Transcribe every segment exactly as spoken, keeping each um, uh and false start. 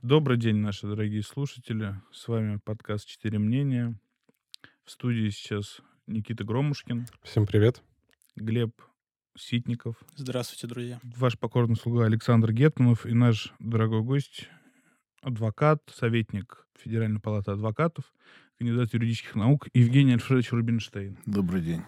Добрый день, наши дорогие слушатели. С вами подкаст «Четыре мнения». В студии сейчас Никита Громушкин, Всем привет. Глеб Ситников, Здравствуйте, друзья. ваш покорный слуга Александр Гетманов и наш дорогой гость, адвокат, советник Федеральной палаты адвокатов, кандидат юридических наук Евгений Альфредович Рубинштейн. Добрый день.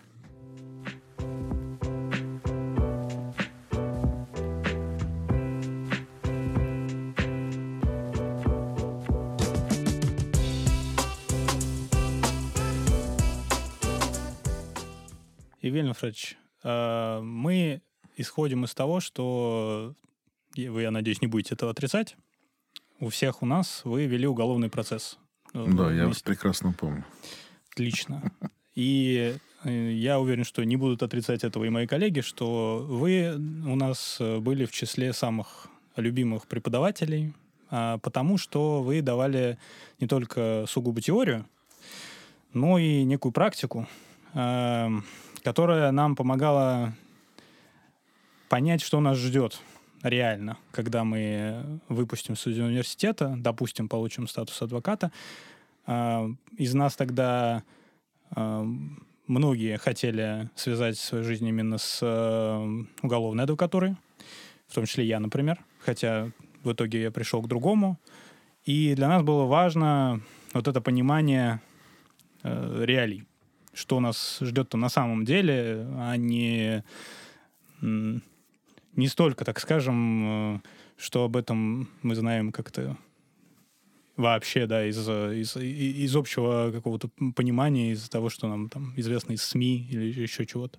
Евгений Альфредович, э, мы исходим из того, что, и вы, я надеюсь, не будете этого отрицать, у всех у нас вы вели уголовный процесс. э, Да, я вас вместе. прекрасно помню. Отлично. И э, я уверен, что не будут отрицать этого и мои коллеги, что вы у нас э, были в числе самых любимых преподавателей, а, потому что вы давали не только сугубо теорию, но и некую практику, э, которая нам помогала понять, что нас ждет реально, когда мы выпустимся из университета, допустим, получим статус адвоката. А, Из нас тогда а, многие хотели связать свою жизнь именно с а, уголовной адвокатурой, в том числе я, например, хотя в итоге я пришел к другому. И для нас было важно вот это понимание э, реалий, что нас ждет-то на самом деле, а не, м, не столько, так скажем, э, что об этом мы знаем как-то вообще, да, из, из, и- из общего какого-то понимания, из того, что нам там известно из СМИ или еще чего-то.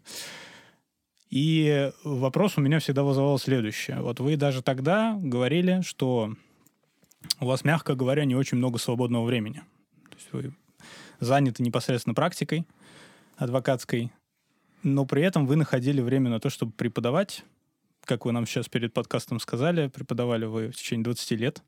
И вопрос у меня всегда вызывал следующее. Вот вы даже тогда говорили, что у вас, мягко говоря, не очень много свободного времени. То есть вы заняты непосредственно практикой адвокатской, но при этом вы находили время на то, чтобы преподавать. Как вы нам сейчас перед подкастом сказали, преподавали вы в течение двадцати лет.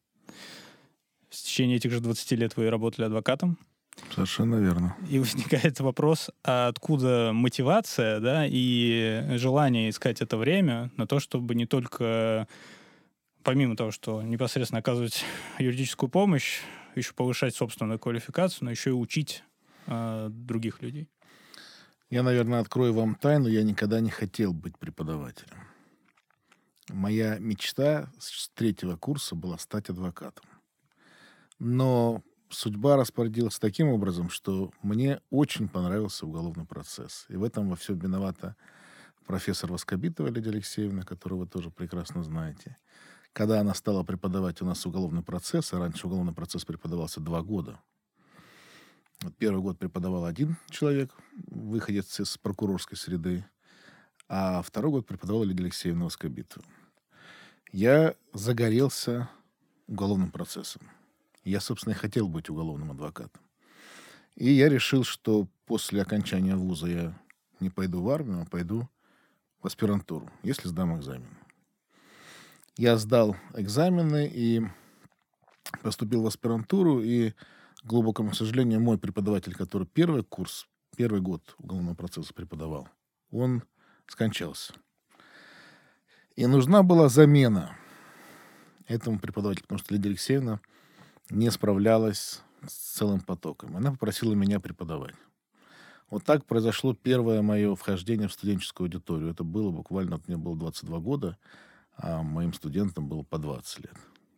В течение этих же двадцати лет вы работали адвокатом. Совершенно верно. И возникает вопрос, а откуда мотивация, да, и желание искать это время на то, чтобы не только, помимо того, что непосредственно оказывать юридическую помощь, еще повышать собственную квалификацию, но еще и учить э, других людей. Я, наверное, открою вам тайну. Я никогда не хотел быть преподавателем. Моя мечта с третьего курса была стать адвокатом. Но судьба распорядилась таким образом, что мне очень понравился уголовный процесс. И в этом во всем виновата профессор Воскобитова Лидия Алексеевна, которую вы тоже прекрасно знаете. Когда она стала преподавать у нас уголовный процесс, а раньше уголовный процесс преподавался два года. Вот первый год преподавал один человек, выходец из прокурорской среды, а второй год преподавала Лидия Алексеевна Воскобитова. Я загорелся уголовным процессом. Я, собственно, и хотел быть уголовным адвокатом. И я решил, что после окончания вуза я не пойду в армию, а пойду в аспирантуру, если сдам экзамен. Я сдал экзамены и поступил в аспирантуру, и, к глубокому сожалению, мой преподаватель, который первый курс, первый год уголовного процесса преподавал, он скончался. И нужна была замена этому преподавателю, потому что Лидия Алексеевна не справлялась с целым потоком. Она попросила меня преподавать. Вот так произошло первое мое вхождение в студенческую аудиторию. Это было буквально, вот мне было двадцать два года, а моим студентам было по двадцать лет.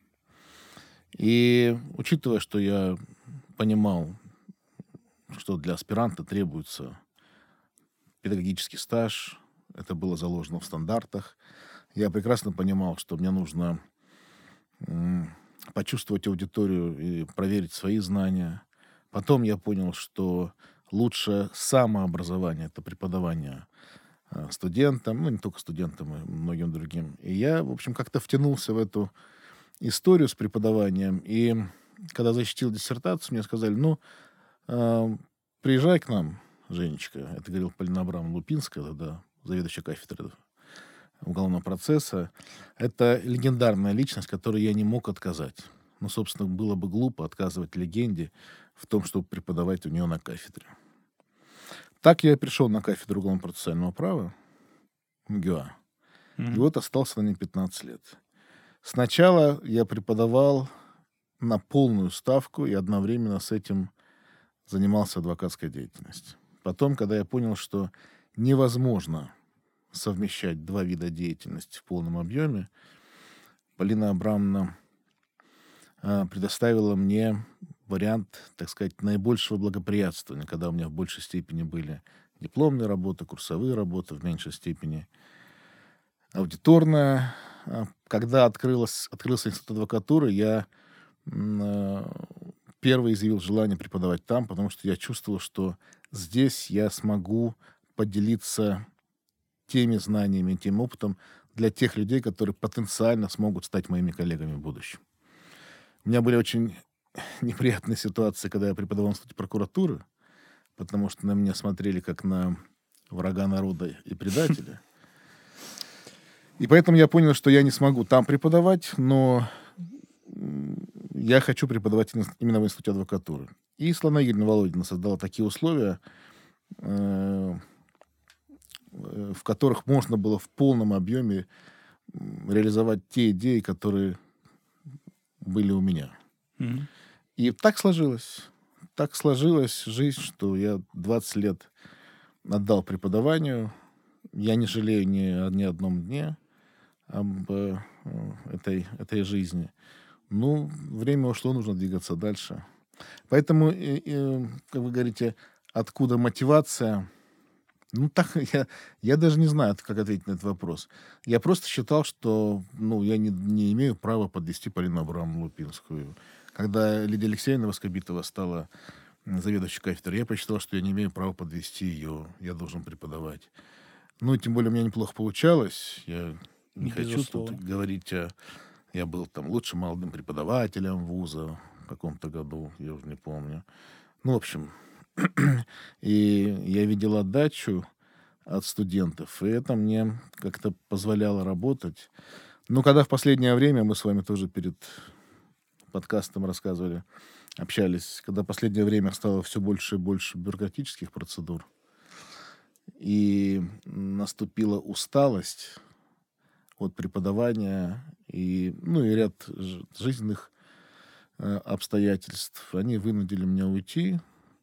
И учитывая, что я понимал, что для аспиранта требуется педагогический стаж, это было заложено в стандартах, я прекрасно понимал, что мне нужно м, почувствовать аудиторию и проверить свои знания. Потом я понял, что лучше самообразование, это преподавание э, студентам, ну, не только студентам, и многим другим. И я, в общем, как-то втянулся в эту историю с преподаванием. И когда защитил диссертацию, мне сказали, ну, э, приезжай к нам, Женечка. Это говорил Полина Абрамовна Лупинская, тогда заведующая кафедрой уголовного процесса. Это легендарная личность, которой я не мог отказать. Ну, собственно, было бы глупо отказывать легенде в том, чтобы преподавать у нее на кафедре. Так я и пришел на кафедру уголовно-процессуального права МГУА. Мгм. И вот остался на ней пятнадцать лет. Сначала я преподавал на полную ставку и одновременно с этим занимался адвокатской деятельностью. Потом, когда я понял, что невозможно совмещать два вида деятельности в полном объеме, Полина Абрамовна а, предоставила мне вариант, так сказать, наибольшего благоприятствования, когда у меня в большей степени были дипломные работы, курсовые работы, в меньшей степени аудиторная. А, Когда открылась, открылся институт адвокатуры, я м, а, первый изъявил желание преподавать там, потому что я чувствовал, что здесь я смогу поделиться теми знаниями, тем опытом для тех людей, которые потенциально смогут стать моими коллегами в будущем. У меня были очень неприятные ситуации, когда я преподавал в институте прокуратуры, потому что на меня смотрели как на врага народа и предателя. И поэтому я понял, что я не смогу там преподавать, но я хочу преподавать именно в институте адвокатуры. И Светлана Игоревна Володина создала такие условия, в которых можно было в полном объеме реализовать те идеи, которые были у меня. Mm-hmm. И так сложилось. Так сложилась жизнь, что я двадцать лет отдал преподаванию. Я не жалею ни, ни одном дне об э, этой, этой жизни. Ну, время ушло, нужно двигаться дальше. Поэтому, э, э, как вы говорите, откуда мотивация? Ну, так я, я даже не знаю, как ответить на этот вопрос. Я просто считал, что ну, я не, не имею права подвести Полину Абрамовну Лупинскую. Когда Лидия Алексеевна Воскобитова стала заведующей кафедрой, я посчитал, что я не имею права подвести ее. Я должен преподавать. Ну, тем более у меня неплохо получалось. Я не Безусловно. хочу тут говорить о... Я был там лучшим молодым преподавателем вуза в каком-то году, я уже не помню. Ну, в общем... И я видел отдачу от студентов, и это мне как-то позволяло работать. Но когда в последнее время, мы с вами тоже перед подкастом рассказывали, общались, когда в последнее время стало все больше и больше бюрократических процедур, и наступила усталость от преподавания, и, ну, и ряд жизненных э, обстоятельств, они вынудили меня уйти.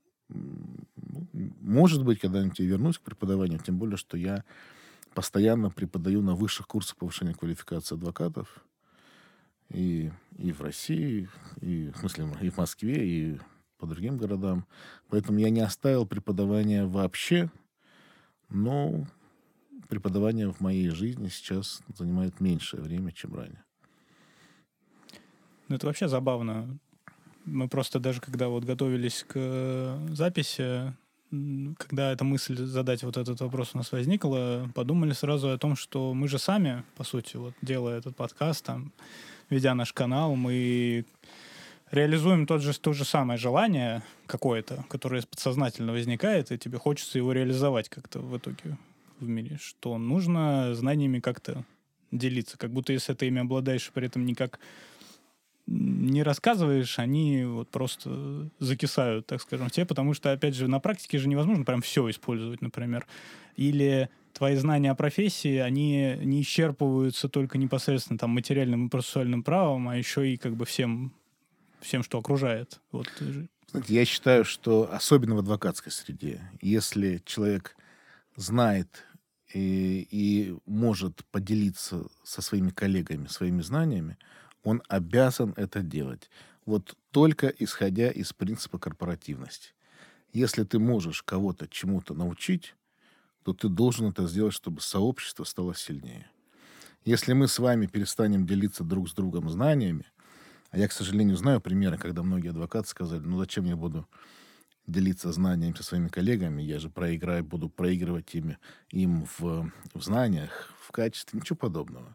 Может быть, когда-нибудь я вернусь к преподаванию, тем более, что я постоянно преподаю на высших курсах повышения квалификации адвокатов и, и в России, и, в смысле, и в Москве, и по другим городам. Поэтому я не оставил преподавание вообще, но преподавание в моей жизни сейчас занимает меньшее время, чем ранее. Ну, это вообще забавно. Мы просто даже, когда вот готовились к записи, когда эта мысль задать вот этот вопрос у нас возникла, подумали сразу о том, что мы же сами, по сути, вот делая этот подкаст, там, ведя наш канал, мы реализуем тот же, то же самое желание какое-то, которое подсознательно возникает, и тебе хочется его реализовать как-то в итоге в мире, что нужно знаниями как-то делиться, как будто если ты ими обладаешь, при этом никак не рассказываешь, они вот просто закисают, так скажем, в тебе, потому что, опять же, на практике же невозможно прям все использовать, например. Или твои знания о профессии, они не исчерпываются только непосредственно там материальным и процессуальным правом, а еще и как бы всем, всем, что окружает. Вот. Знаете, я считаю, что особенно в адвокатской среде, если человек знает и, и может поделиться со своими коллегами своими знаниями, он обязан это делать. Вот только исходя из принципа корпоративности. Если ты можешь кого-то чему-то научить, то ты должен это сделать, чтобы сообщество стало сильнее. Если мы с вами перестанем делиться друг с другом знаниями, а я, к сожалению, знаю примеры, когда многие адвокаты сказали, ну зачем я буду делиться знаниями со своими коллегами, я же проиграю, буду проигрывать ими, им в, в знаниях, в качестве, ничего подобного.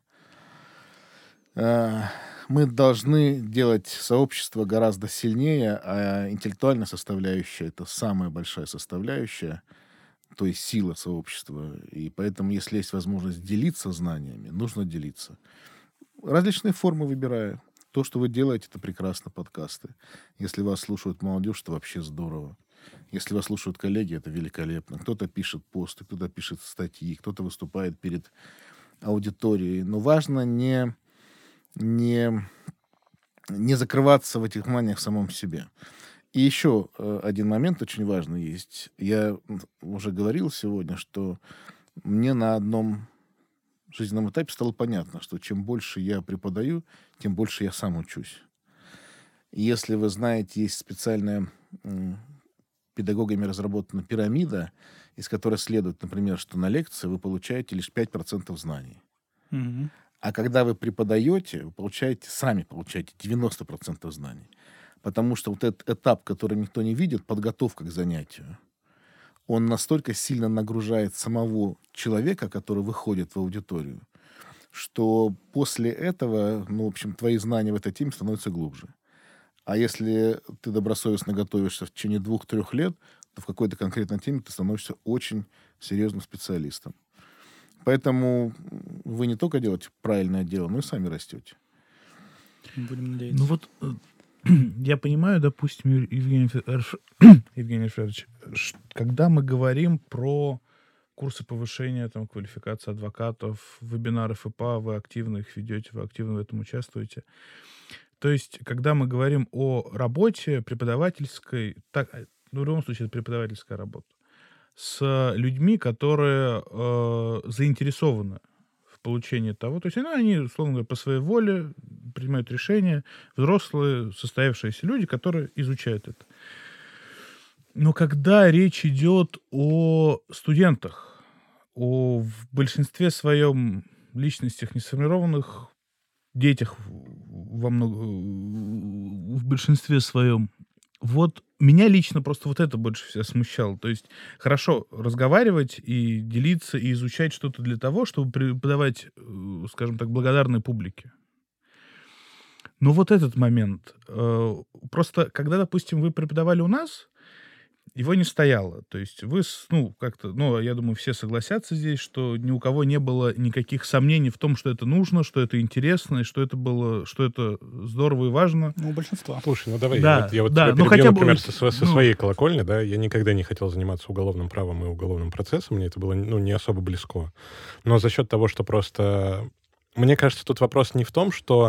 Мы должны делать сообщество гораздо сильнее, а интеллектуальная составляющая — это самая большая составляющая, то есть сила сообщества. И поэтому, если есть возможность делиться знаниями, нужно делиться. Различные формы выбирая. То, что вы делаете, это прекрасно, подкасты. Если вас слушают молодежь, это вообще здорово. Если вас слушают коллеги, это великолепно. Кто-то пишет посты, кто-то пишет статьи, кто-то выступает перед аудиторией. Но важно не... не не закрываться в этих знаниях в самом себе. И еще э, один момент очень важный есть. Я уже говорил сегодня, что мне на одном жизненном этапе стало понятно, что чем больше я преподаю, тем больше я сам учусь. И если вы знаете, есть специальная м, педагогами разработана пирамида, из которой следует, например, что на лекции вы получаете лишь пять процентов знаний. Мгм. А когда вы преподаете, вы получаете, сами получаете девяносто процентов знаний. Потому что вот этот этап, который никто не видит, подготовка к занятию, он настолько сильно нагружает самого человека, который выходит в аудиторию, что после этого, ну, в общем, твои знания в этой теме становятся глубже. А если ты добросовестно готовишься в течение двух-трех лет, то в какой-то конкретной теме ты становишься очень серьезным специалистом. Поэтому м, вы не только делаете правильное дело, но и сами растете. Будем надеяться. Ну вот э, я понимаю, допустим, Ев- Евгений, Фе- Эрш- Евгений Александрович, ш- когда мы говорим про курсы повышения там, квалификации адвокатов, вебинары ФПА, вы активно их ведете, вы активно в этом участвуете. То есть, когда мы говорим о работе преподавательской, так, э, ну, в любом случае, это преподавательская работа, с людьми, которые э, заинтересованы в получении того. То есть ну, они, условно говоря, по своей воле принимают решения, взрослые, состоявшиеся люди, которые изучают это. Но когда речь идет о студентах, о в большинстве своем личностях несформированных, детях в- во много, в большинстве своем, вот меня лично просто вот это больше всего смущало. То есть хорошо разговаривать и делиться, и изучать что-то для того, чтобы преподавать, э, скажем так, благодарной публике. Но вот этот момент, э, просто когда, допустим, вы преподавали у нас, его не стояло. То есть вы, с- ну, как-то, ну, я думаю, все согласятся здесь, что ни у кого не было никаких сомнений в том, что это нужно, что это интересно, и что это было, что это здорово и важно. Ну, у большинства. Слушай, ну давай, я Да, вот, я вот да, тебя ну перебью, хотя бы, например, со, сво- со ну, своей колокольни, да, я никогда не хотел заниматься уголовным правом и уголовным процессом, мне это было, ну, не особо близко. Но за счет того, что просто... Мне кажется, тут вопрос не в том, что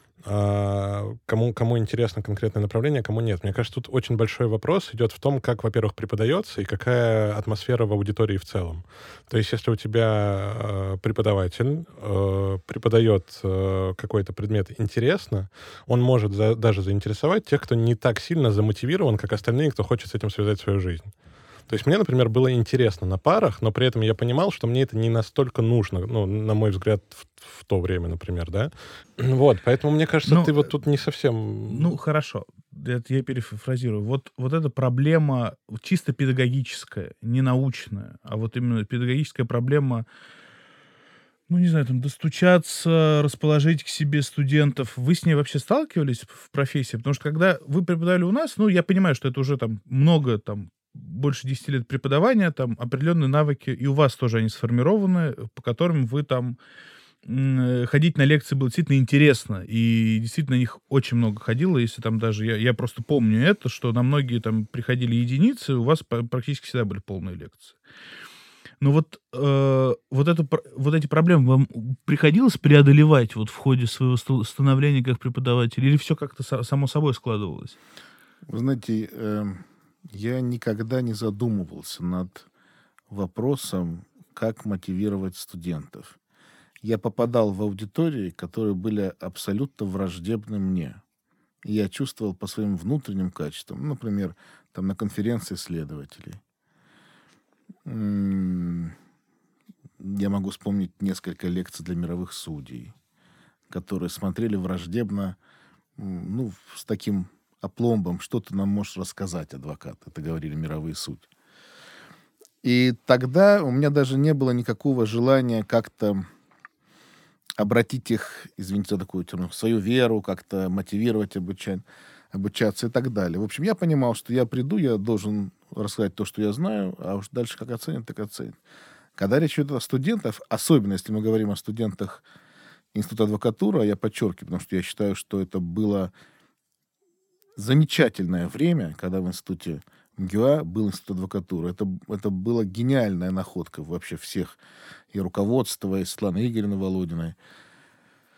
а, кому, кому интересно конкретное направление, а кому нет. Мне кажется, тут очень большой вопрос идет в том, как, во-первых, преподается и какая атмосфера в аудитории в целом. То есть, если у тебя э, преподаватель э, преподает э, какой-то предмет интересно, он может за- даже заинтересовать тех, кто не так сильно замотивирован, как остальные, кто хочет с этим связать свою жизнь. То есть мне, например, было интересно на парах, но при этом я понимал, что мне это не настолько нужно, ну, на мой взгляд, в, в то время, например, да. Вот, поэтому мне кажется, ну, ты вот э, тут не ну, совсем... хорошо. Это я перефразирую. Вот, вот эта проблема чисто педагогическая, не научная, а вот именно педагогическая проблема, ну, не знаю, там, достучаться, расположить к себе студентов. Вы с ней вообще сталкивались в профессии? Потому что когда вы преподавали у нас, ну, я понимаю, что это уже там много, там, больше десяти лет преподавания, там, определенные навыки, и у вас тоже они сформированы, по которым вы там м, э, ходить на лекции было действительно интересно, и действительно их очень много ходило, если там даже, я, я просто помню это, что на многие там приходили единицы, у вас па- практически всегда были полные лекции. Но вот, э, вот, эту, пр- вот эти проблемы вам приходилось преодолевать вот в ходе своего ст- становления как преподавателя, или все как-то со- само собой складывалось? Вы знаете, эм, я никогда не задумывался над вопросом, как мотивировать студентов. Я попадал в аудитории, которые были абсолютно враждебны мне. И я чувствовал по своим внутренним качествам, ну, например, там на конференции следователей. М, Я могу вспомнить несколько лекций для мировых судей, которые смотрели враждебно, м, ну, с таким опломбом, что ты нам можешь рассказать, адвокат, это говорили мировые судьи. И тогда у меня даже не было никакого желания как-то обратить их, извините за такую термину, в свою веру, как-то мотивировать обучать, обучаться и так далее. В общем, я понимал, что я приду, я должен рассказать то, что я знаю, а уж дальше как оценят, так оценят. Когда речь идет о студентах, особенно если мы говорим о студентах Института адвокатуры, а я подчеркиваю, потому что я считаю, что это было замечательное время, когда в институте МГУА был институт адвокатуры. Это, это была гениальная находка вообще всех, и руководства, и Светланы Игоревны Володиной.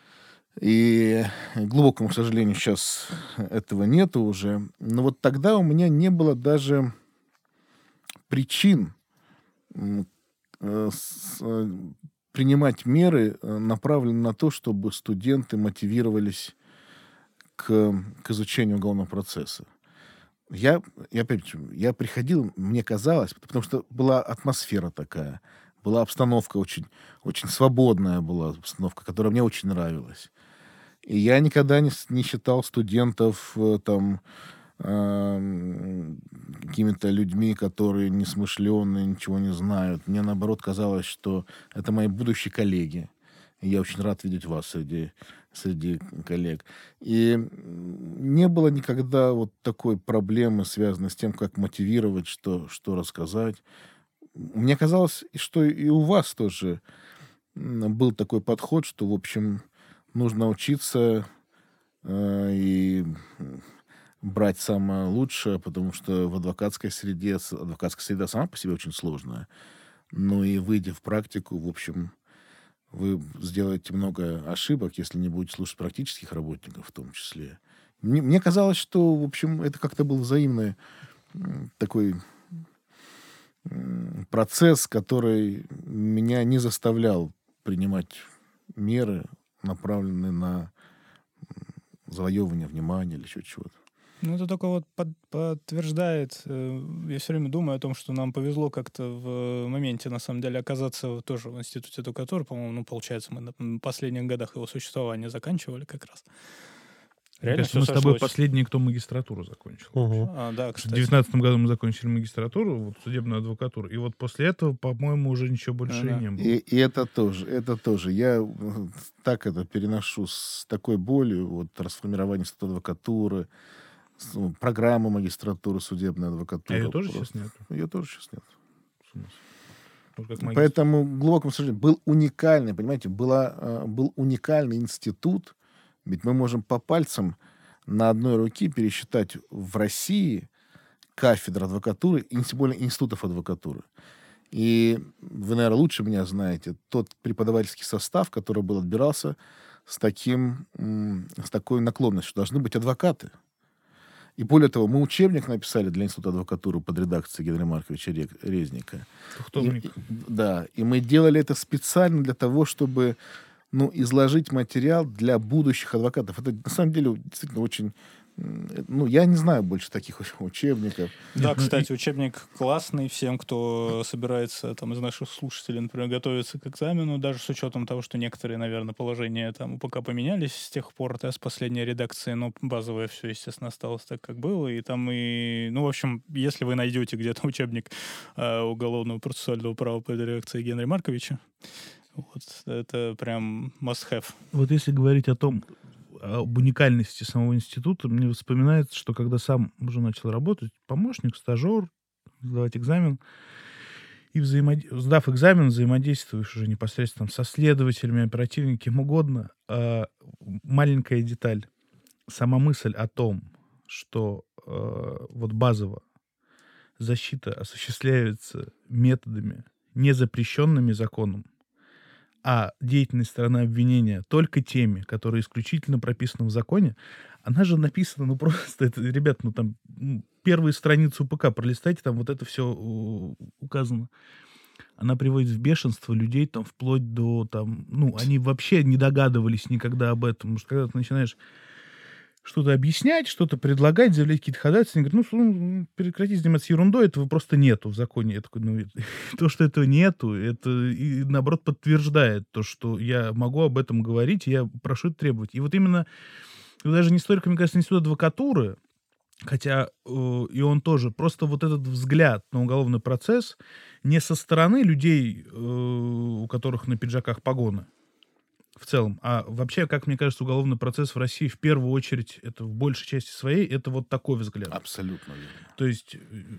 И, к глубокому сожалению, сейчас этого нету уже. Но вот тогда у меня не было даже причин м, э, с- э, принимать меры, э, направленные на то, чтобы студенты мотивировались к, к изучению уголовного процесса. Я, я опять же, я приходил, мне казалось, потому что была атмосфера такая, была обстановка очень, очень свободная была обстановка, которая мне очень нравилась. И я никогда не, с- не считал студентов э, там ам, какими-то людьми, которые несмышленые, ничего не знают. Мне, наоборот, казалось, что это мои будущие коллеги. И я очень рад видеть вас среди, среди коллег. И м, не было никогда вот такой проблемы, связанной с тем, как мотивировать, что, что рассказать. Мне казалось, и что и у вас тоже м, был такой подход, что, в общем, нужно учиться э, и м, брать самое лучшее, потому что в адвокатской среде, с- адвокатская среда сама по себе очень сложная. Ну и выйдя в практику, в общем, вы сделаете много ошибок, если не будете слушать практических работников в том числе. Мне, мне казалось, что, в общем, это как-то был взаимный м, такой м, процесс, который меня не заставлял принимать меры, направленные на завоевывание внимания или еще чего-то. Ну, это только вот под- подтверждает. э, Я все время думаю о том, что нам повезло как-то в моменте, на самом деле, оказаться в- тоже в институте адвокатуры. По-моему, ну, получается, мы на м, последних годах его существования заканчивали как раз. Мне Реально кажется, все мы с тобой сошлось. последние, кто магистратуру закончил. Мгм. А, да, Потому что В кстати. девятнадцатом году мы закончили магистратуру, вот, судебную адвокатуру, и вот после этого, по-моему, уже ничего больше и Да-да. не было. И, и это тоже, это тоже. Я э, так это переношу с такой болью, вот расформирование института адвокатуры, с- ну, программы магистратуры, судебная А адвокатура. ее тоже просто. сейчас нету? Ее тоже сейчас нет. В смысле? Вот как магистр. Поэтому, к глубокому сожалению, был уникальный, понимаете, была, э, был уникальный институт, ведь мы можем по пальцам на одной руке пересчитать в России кафедр адвокатуры, и тем более институтов адвокатуры. И вы, наверное, лучше меня знаете, тот преподавательский состав, который был отбирался с, таким, м, с такой наклонностью, что должны быть адвокаты. И более того, мы учебник написали для Института адвокатуры под редакцией Генрия Марковича Ре- Резника. И, Двухтомник. и- да, и мы делали это специально для того, чтобы ну, изложить материал для будущих адвокатов. Это на самом деле действительно очень... м, э, Ну, я не знаю больше таких учебников. Да, Нет, ну и- кстати, учебник классный всем, кто собирается там из наших слушателей, например, готовиться к экзамену, даже с учетом того, что некоторые, наверное, положения там УПК поменялись с тех пор, да, с последней редакции, но базовое все, естественно, осталось так, как было, и там и, ну, в общем, если вы найдете где-то учебник э, уголовного процессуального права под редакцией Генрия Марковича, вот, это прям must-have. Вот если говорить о том, об уникальности самого института, мне вспоминается, что когда сам уже начал работать, помощник, стажер, сдавать экзамен, и взаимоди- сдав экзамен, взаимодействуешь уже непосредственно со следователями, оперативниками, кем угодно. А, маленькая деталь. Сама мысль о том, что э, вот базово защита осуществляется методами, не запрещенными законом, а деятельность стороны обвинения только теми, которые исключительно прописаны в законе, она же написана, ну просто, это, ребят, ну там м, первые страницы УПК пролистайте, там вот это все указано. Она приводит в бешенство людей там вплоть до там, ну, они вообще не догадывались никогда об этом. Потому что когда ты начинаешь что-то объяснять, что-то предлагать, заявлять какие-то ходатайства, они говорят, ну, ну, прекратите заниматься ерундой, этого просто нету в законе. Я такой, ну, то, что этого нету, это, и, наоборот, подтверждает то, что я могу об этом говорить, и я прошу это требовать. И вот именно, даже не столько, мне кажется, институт адвокатуры, хотя э, и он тоже, просто вот этот взгляд на уголовный процесс не со стороны людей, э, у которых на пиджаках погоны, в целом. А вообще, как мне кажется, уголовный процесс в России в первую очередь, это в большей части своей, это вот такой взгляд. Абсолютно верно. То есть э,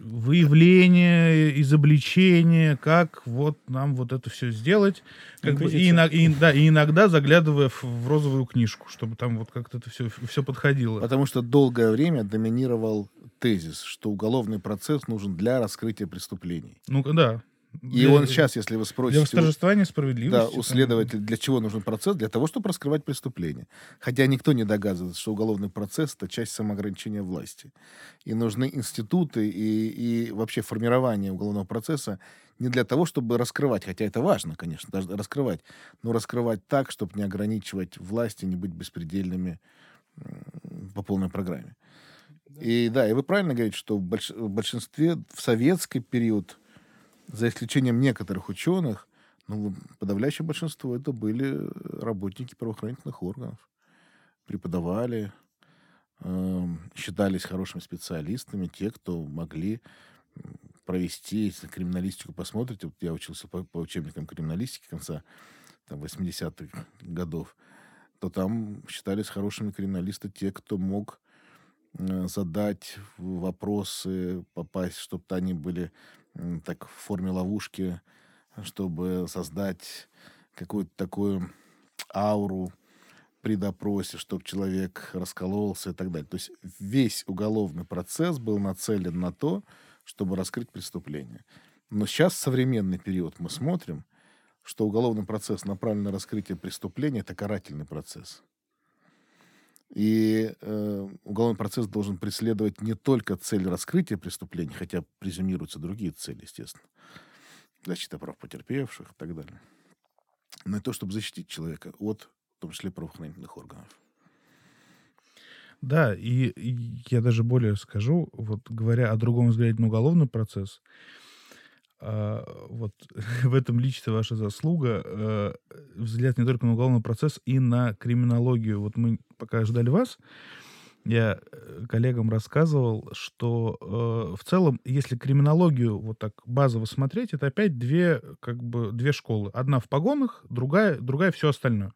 выявление, изобличение, как вот нам вот это все сделать. Как бы, и, Инквизиция. ино- и- да, и иногда заглядывая в, в розовую книжку, чтобы там вот как-то это все, все подходило. Потому что долгое время доминировал тезис, что уголовный процесс нужен для раскрытия преступлений. Ну, да, И Для- он сейчас, если вы Для спросите... у- восторжествования Да, справедливости. у там, следователя для чего нужен процесс? Для того, чтобы раскрывать преступления. Хотя никто не догадывается, что уголовный процесс — это часть самоограничения власти. И нужны институты и, и вообще формирование уголовного процесса не для того, чтобы раскрывать, хотя это важно, конечно, даже раскрывать, но раскрывать так, чтобы не ограничивать власти, не быть беспредельными м, по полной программе. И да, и вы правильно говорите, что в больш- в большинстве в советский период, за исключением некоторых ученых, ну, подавляющее большинство это были работники правоохранительных органов. Преподавали, эм, считались хорошими специалистами, те, кто могли м, провести, если криминалистику посмотрите, вот я учился по, по учебникам криминалистики конца там, восьмидесятых годов, то там считались хорошими криминалисты те, кто мог э, задать вопросы, попасть, чтобы они были м, так в форме ловушки, чтобы создать какую-то такую ауру при допросе, чтобы человек раскололся и так далее. То есть весь уголовный процесс был нацелен на то, чтобы раскрыть преступление. Но сейчас, в современный период, мы смотрим, что уголовный процесс, направленный на раскрытие преступления, это карательный процесс. И э, уголовный процесс должен преследовать не только цель раскрытия преступления, хотя презюмируются другие цели, естественно. Защита прав потерпевших и так далее. Но и то, чтобы защитить человека от, в том числе, правоохранительных органов. Да, и, и я даже более скажу, вот говоря о другом взгляде на уголовный процесс, а, вот в этом лично ваша заслуга, э, взгляд не только на уголовный процесс, и на криминологию. Вот мы пока ждали вас, я э, коллегам рассказывал, что э, в целом, если криминологию вот так базово смотреть, это опять две, как бы, две школы. Одна в погонах, другая, другая все остальное.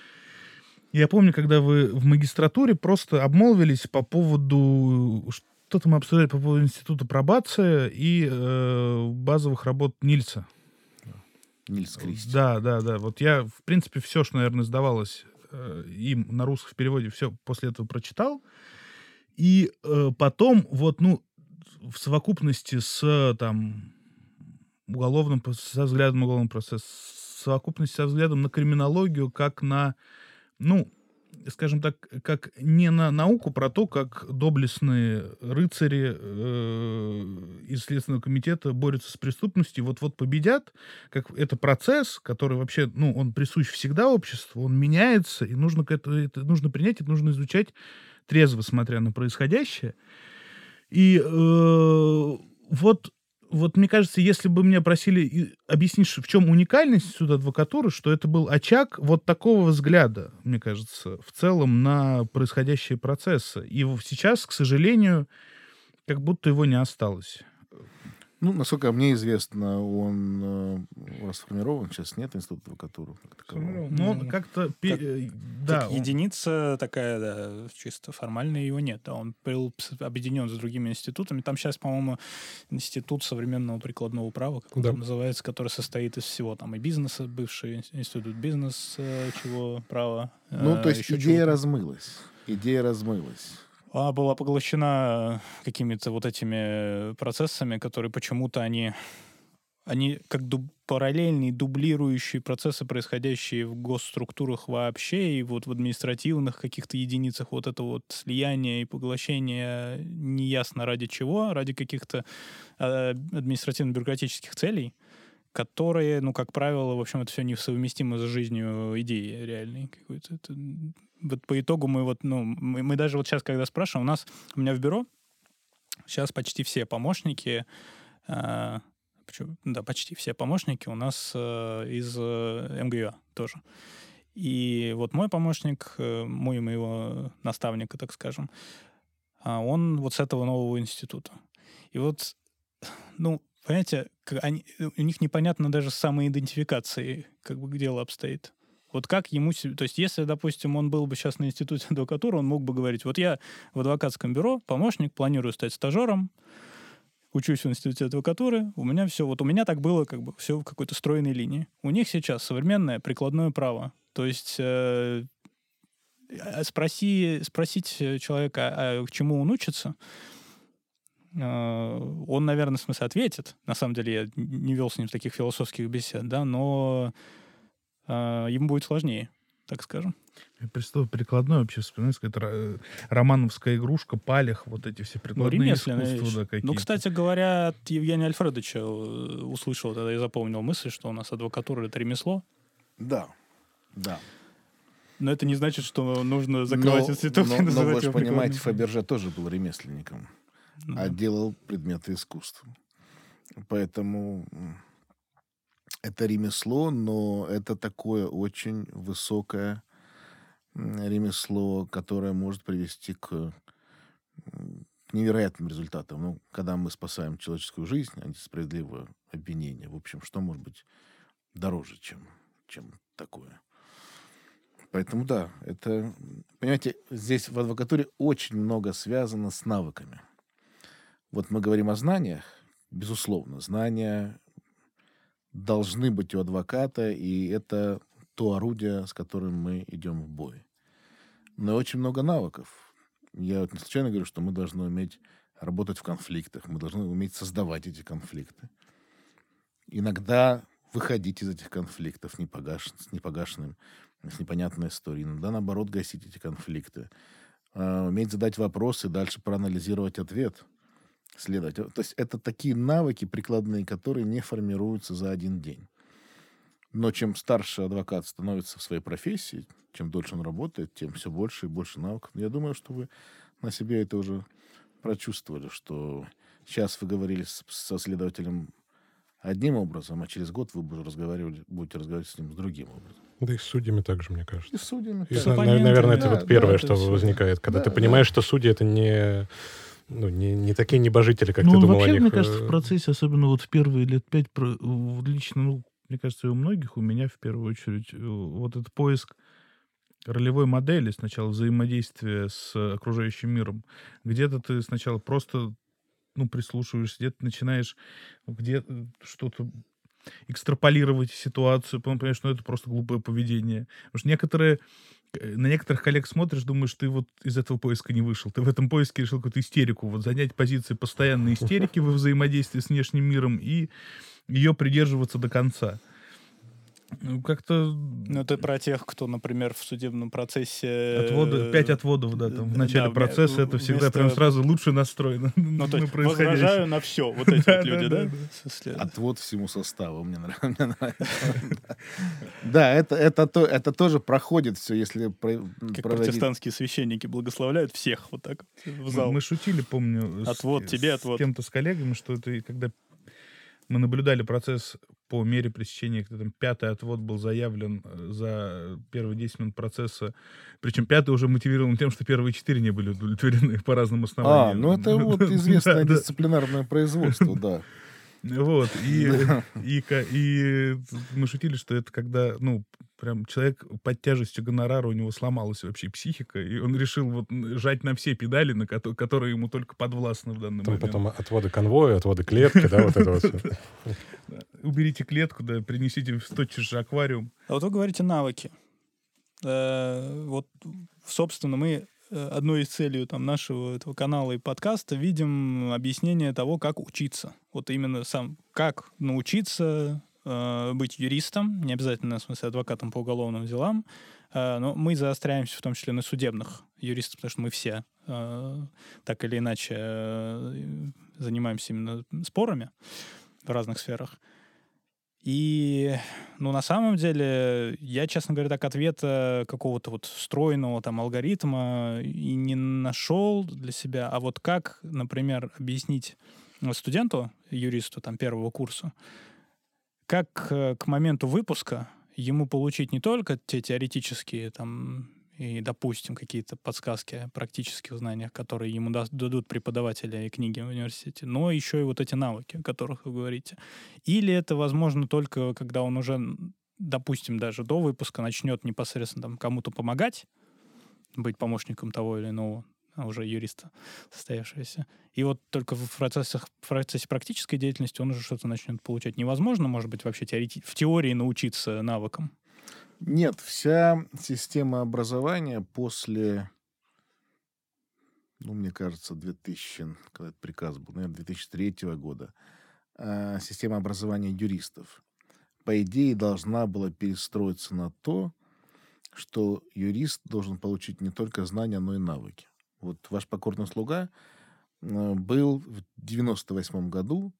Я помню, когда вы в магистратуре просто обмолвились по поводу... Что-то мы обсуждали по поводу института пробации и э, базовых работ Нильса. Нильс Кристи. Да, да, да. Вот я, в принципе, все, что, наверное, сдавалось э, им на русском в переводе, все после этого прочитал. И э, потом, вот, ну, в совокупности с, там, уголовным, со взглядом на уголовный процесс, в совокупности со взглядом на криминологию, как на, ну, скажем так, как не на науку про то, как доблестные рыцари э, из Следственного комитета борются с преступностью, вот-вот победят, как это процесс, который вообще, ну, он присущ всегда обществу, он меняется, и нужно, к это, это нужно принять, это нужно изучать трезво, смотря на происходящее. И э, вот, вот мне кажется, если бы меня просили и- объяснить, ш- в чем уникальность судадвокатуры, что это был очаг вот такого взгляда, мне кажется, в целом на происходящие процессы. И в- сейчас, к сожалению, как будто его не осталось. Ну, насколько мне известно, он э, расформирован. Сейчас нет института адвокатуры как такового. Но он Ну, как-то... пе- как- э, да, как он- единица такая, да, чисто формально его нет. Да, он был пс- объединен с другими институтами. Там сейчас, по-моему, институт современного прикладного права, как он Да. там называется, который состоит из всего. Там и бизнеса, бывший институт бизнес, э, чего, права. Ну, э, то есть еще идея чего-то. размылась. Идея размылась. Она была поглощена какими-то вот этими процессами, которые почему-то они, они как дуб- параллельные, дублирующие процессы, происходящие в госструктурах вообще, и вот в административных каких-то единицах вот это вот слияние и поглощение неясно ради чего, ради каких-то э, административно-бюрократических целей, которые, ну, как правило, в общем, это все несовместимо с жизнью идеи реальной какой-то. Это, м, вот по итогу мы вот, ну, мы, мы даже вот сейчас, когда спрашиваем, у нас, у меня в бюро сейчас почти все помощники, э, почему- да, почти все помощники у нас э, из э, МГУА тоже. И вот мой помощник, э, мой и моего наставника, так скажем, а он вот с этого нового института. И вот, ну, понимаете, к- они- у них непонятно даже с самоидентификацией, как бы дело обстоит. Вот как ему... се- То есть если, допустим, он был бы сейчас на институте адвокатуры, он мог бы говорить, вот я в адвокатском бюро, помощник, планирую стать стажером, учусь в институте адвокатуры, у меня все... Вот у меня так было как бы все в какой-то стройной линии. У них сейчас современное прикладное право. То есть... э, а спроси, спросить человека, а к чему он учится, он, наверное, в смысле ответит. На самом деле я не вел с ним таких философских бесед, да, но ему будет сложнее, так скажем. Я представляю, прикладной вообще вспоминается, какая-то романовская игрушка, палех, вот эти все прикладные ну, искусства, да, какие-то. Ну, кстати говоря, от Евгения Альфредовича услышал, тогда я запомнил мысль, что у нас адвокатура — это ремесло. Да, да. Но это не значит, что нужно закрывать но, институт но, и называть но вы же его понимаете, прикладным. Фаберже тоже был ремесленником, Ну. а делал предметы искусства. Поэтому это ремесло, но это такое очень высокое ремесло, которое может привести к невероятным результатам. Ну, когда мы спасаем человеческую жизнь, антисправедливое обвинение, в общем, что может быть дороже, чем, чем такое? Поэтому да, это, понимаете, здесь в адвокатуре очень много связано с навыками. Вот мы говорим о знаниях, безусловно, знания должны быть у адвоката, и это то орудие, с которым мы идем в бой. Но очень много навыков. Я вот не случайно говорю, что мы должны уметь работать в конфликтах, мы должны уметь создавать эти конфликты. Иногда выходить из этих конфликтов непогаш... с непогашенным, с непонятной историей. Иногда, наоборот, гасить эти конфликты. А, уметь задать вопросы, дальше проанализировать ответ, следовать. То есть это такие навыки прикладные, которые не формируются за один день. Но чем старше адвокат становится в своей профессии, чем дольше он работает, тем все больше и больше навыков. Я думаю, что вы на себе это уже прочувствовали, что сейчас вы говорили с, со следователем одним образом, а через год вы будете разговаривать, будете разговаривать с ним с другим образом. Да и с судьями также, мне кажется. И с судьями. И, С на- оппонентами, наверное, это да, вот первое, да, что это всё. возникает, когда Да, ты да. понимаешь, что судьи — это не, ну, не, не такие небожители, как Ну, ты он думал вообще, о них. мне кажется, э, в процессе, особенно вот в первые лет пять, про- в- лично, ну, мне кажется, и у многих, у меня в первую очередь, э, вот этот поиск ролевой модели, сначала взаимодействия с окружающим миром. Где-то ты сначала просто, ну, прислушиваешься, где-то начинаешь где что-то экстраполировать ситуацию, потом понимаешь, что это просто глупое поведение. Потому что некоторые, э, на некоторых коллег смотришь, думаешь, ты вот из этого поиска не вышел. Ты в этом поиске решил какую-то истерику, вот занять позиции постоянной истерики во взаимодействии с внешним миром и ее придерживаться до конца. Ну, как-то Ну, это про тех, кто, например, в судебном процессе... отводы, пять отводов, да, там, в начале да, вме- процесса это всегда вместо- прям сразу лучший настрой на, Ну, то на есть происходящее. возражаю на все, вот эти Да, вот да, люди, да, да? да. В смысле, Отвод всему составу. Мне нрав- мне нравится. Да, это, это, то, это тоже проходит все, если про- Как проводить... протестантские священники благословляют всех вот так вот в Мы, зал. мы шутили, помню, с- Отвод тебе, с, отвод. кем-то, с коллегами, что это и когда мы наблюдали процесс по мере пресечения, когда там пятый отвод был заявлен э, за первые десять минут процесса, причем пятый уже мотивирован тем, что первые четыре не были удовлетворены по разным А, основаниям. ну это вот известное Да, да. дисциплинарное производство, да. Вот, и, Да. и, ка- и мы шутили, что это когда, ну, прям человек под тяжестью гонорара, у него сломалась вообще психика, и он решил вот жать на все педали, на кото- которые ему только подвластны в данный Там момент. потом отводы конвоя, отводы клетки, да, вот это вот всё. Уберите клетку, да, принесите в тотчас же аквариум. А вот вы говорите навыки. Э, Вот, собственно, мы э, одной из целей там, нашего этого канала и подкаста видим объяснение того, как учиться. Вот именно сам, как научиться э, быть юристом, не обязательно, в смысле, адвокатом по уголовным делам, э, но мы заостряемся в том числе на судебных юристах, потому что мы все э, так или иначе э, занимаемся именно спорами в разных сферах. И, ну, на самом деле, я, честно говоря, так ответа какого-то вот стройного там алгоритма и не нашел для себя. А вот как, например, объяснить студенту, юристу там первого курса, как э, к моменту выпуска ему получить не только те теоретические там и, допустим, какие-то подсказки о практических знаниях, которые ему да- дадут преподаватели и книги в университете, но еще и вот эти навыки, о которых вы говорите. Или это возможно только, когда он уже, допустим, даже до выпуска начнет непосредственно там кому-то помогать, быть помощником того или иного, а уже юриста состоявшегося. И вот только в, процессах, в процессе практической деятельности он уже что-то начнет получать. Невозможно, может быть, вообще теорети- в теории научиться навыкам. Нет, вся система образования после ну, мне кажется, две тысячи, когда этот приказ был, наверное, две тысячи третьего года, э, система образования юристов, по идее, должна была перестроиться на то, что юрист должен получить не только знания, но и навыки. Вот ваш покорный слуга э, был в девяносто восьмом году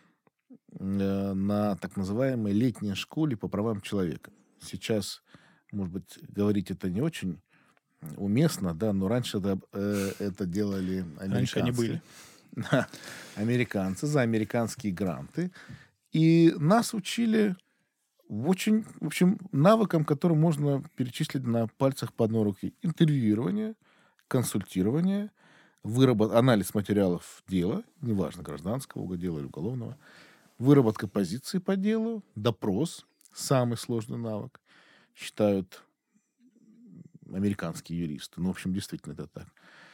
э, на так называемой летней школе по правам человека. Сейчас, может быть, говорить это не очень уместно, да, но раньше это, э, это делали американцы. Раньше они были. Да, американцы за американские гранты. И нас учили в очень, в общем, навыкам, которые можно перечислить на пальцах по одной руке. Интервьюирование, консультирование, выработ... анализ материалов дела, неважно, гражданского дела или уголовного, выработка позиции по делу, допрос, самый сложный навык, считают американские юристы. Ну, в общем, действительно это так.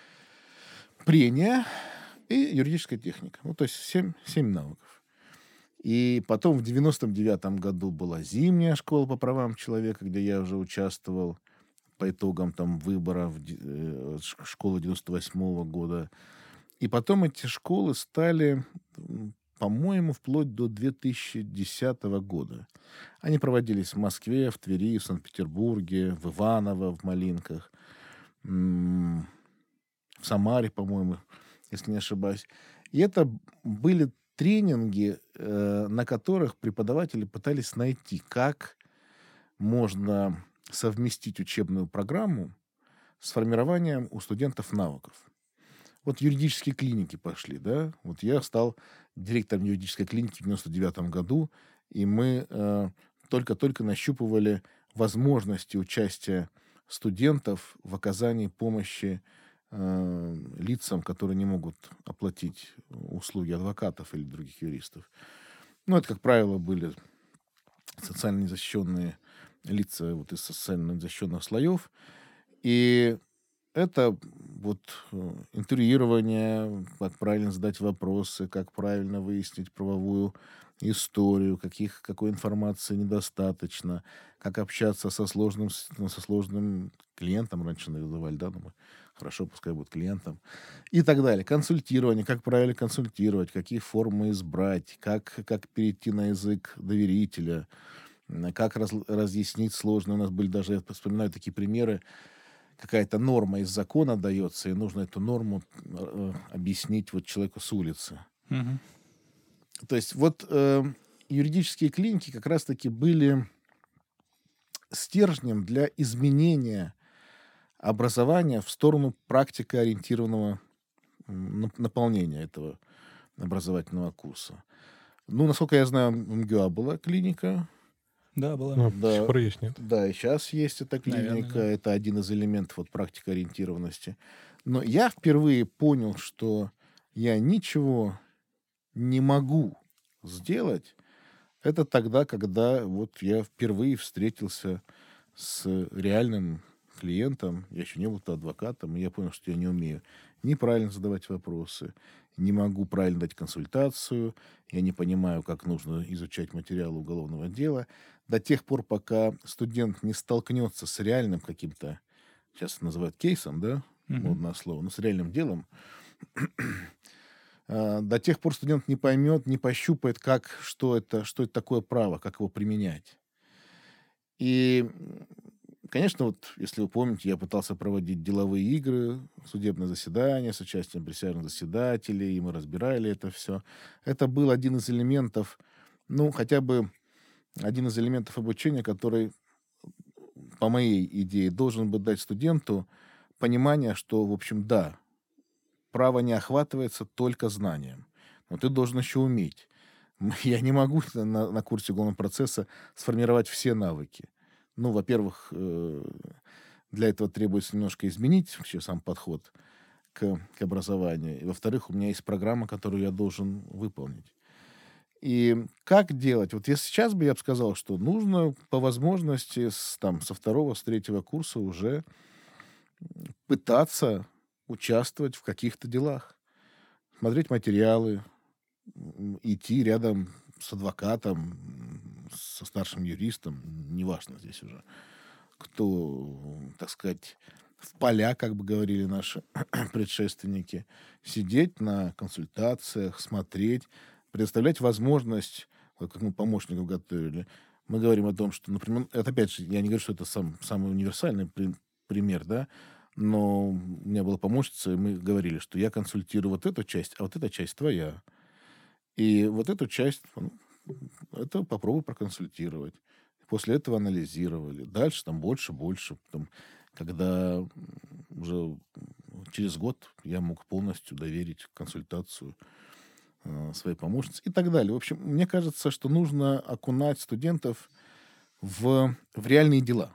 Прения и юридическая техника. Ну, то есть семь, семь навыков. И потом в девяносто девятом году была зимняя школа по правам человека, где я уже участвовал по итогам там выборов э, школы девяносто восьмого года. И потом эти школы стали, по-моему, вплоть до две тысячи десятого года. Они проводились в Москве, в Твери, в Санкт-Петербурге, в Иваново, в Малинках, в Самаре, по-моему, если не ошибаюсь. И это были тренинги, э, на которых преподаватели пытались найти, как можно совместить учебную программу с формированием у студентов навыков. Вот юридические клиники пошли, да. Вот я стал директором юридической клиники в девяносто девятом году, и мы э, только-только нащупывали возможности участия студентов в оказании помощи э, лицам, которые не могут оплатить услуги адвокатов или других юристов. Ну, это, как правило, были социально незащищенные лица вот из социально незащищенных слоев. И это вот интервьюирование, как правильно задать вопросы, как правильно выяснить правовую историю, каких, какой информации недостаточно, как общаться со сложным, со сложным клиентом, раньше называли, да, ну, мы, хорошо, пускай будет клиентом, и так далее. Консультирование, как правильно консультировать, какие формы избрать, как, как перейти на язык доверителя, как раз, разъяснить сложно. У нас были даже, я вспоминаю такие примеры, какая-то норма из закона дается, и нужно эту норму э, объяснить вот человеку с улицы. Мгм. То есть вот э, юридические клиники как раз-таки были стержнем для изменения образования в сторону практикоориентированного м, нап- наполнения этого образовательного курса. Ну, насколько я знаю, в МГУА была клиника. Да, была. Ну, до сих Да, пор есть, нет? да, и сейчас есть эта Наверное, клиника. да. Это один из элементов вот практикоориентированности. Но я впервые понял, что я ничего не могу сделать. Это тогда, когда вот я впервые встретился с реальным клиентом. Я еще не был адвокатом, и я понял, что я не умею неправильно задавать вопросы, не могу правильно дать консультацию, я не понимаю, как нужно изучать материалы уголовного дела. До тех пор, пока студент не столкнется с реальным каким-то, сейчас это называют кейсом, да, Мгм. модное слово, но с реальным делом, а, до тех пор студент не поймет, не пощупает, как, что это, что это такое право, как его применять. И, м, конечно, вот, если вы помните, я пытался проводить деловые игры, судебное заседание с участием присяжных заседателей, и мы разбирали это все. Это был один из элементов, ну, хотя бы один из элементов обучения, который, по моей идее, должен бы дать студенту понимание, что, в общем, да, право не охватывается только знанием, но ты должен еще уметь. Я не могу на, на курсе уголовного процесса сформировать все навыки. Ну, во-первых, э, для этого требуется немножко изменить вообще сам подход к, к образованию. И, во-вторых, у меня есть программа, которую я должен выполнить. И как делать? Вот если сейчас бы я бы сказал, что нужно по возможности с, там, со второго, с третьего курса уже пытаться участвовать в каких-то делах, смотреть материалы, м, идти рядом с адвокатом, м, со старшим юристом, неважно здесь уже, кто, так сказать, в поля, как бы говорили наши предшественники, сидеть на консультациях, смотреть, предоставлять возможность, вот как мы помощников готовили, мы говорим о том, что, например, это опять же, я не говорю, что это сам, самый универсальный при- пример, да, но у меня была помощница, и мы говорили, что я консультирую вот эту часть, а вот эта часть твоя. И вот эту часть, ну, это попробуй проконсультировать. После этого анализировали. Дальше там больше, больше. Потом, когда м, уже через год я мог полностью доверить консультацию э, своей помощнице и так далее. В общем, мне кажется, что нужно окунать студентов в, в реальные дела.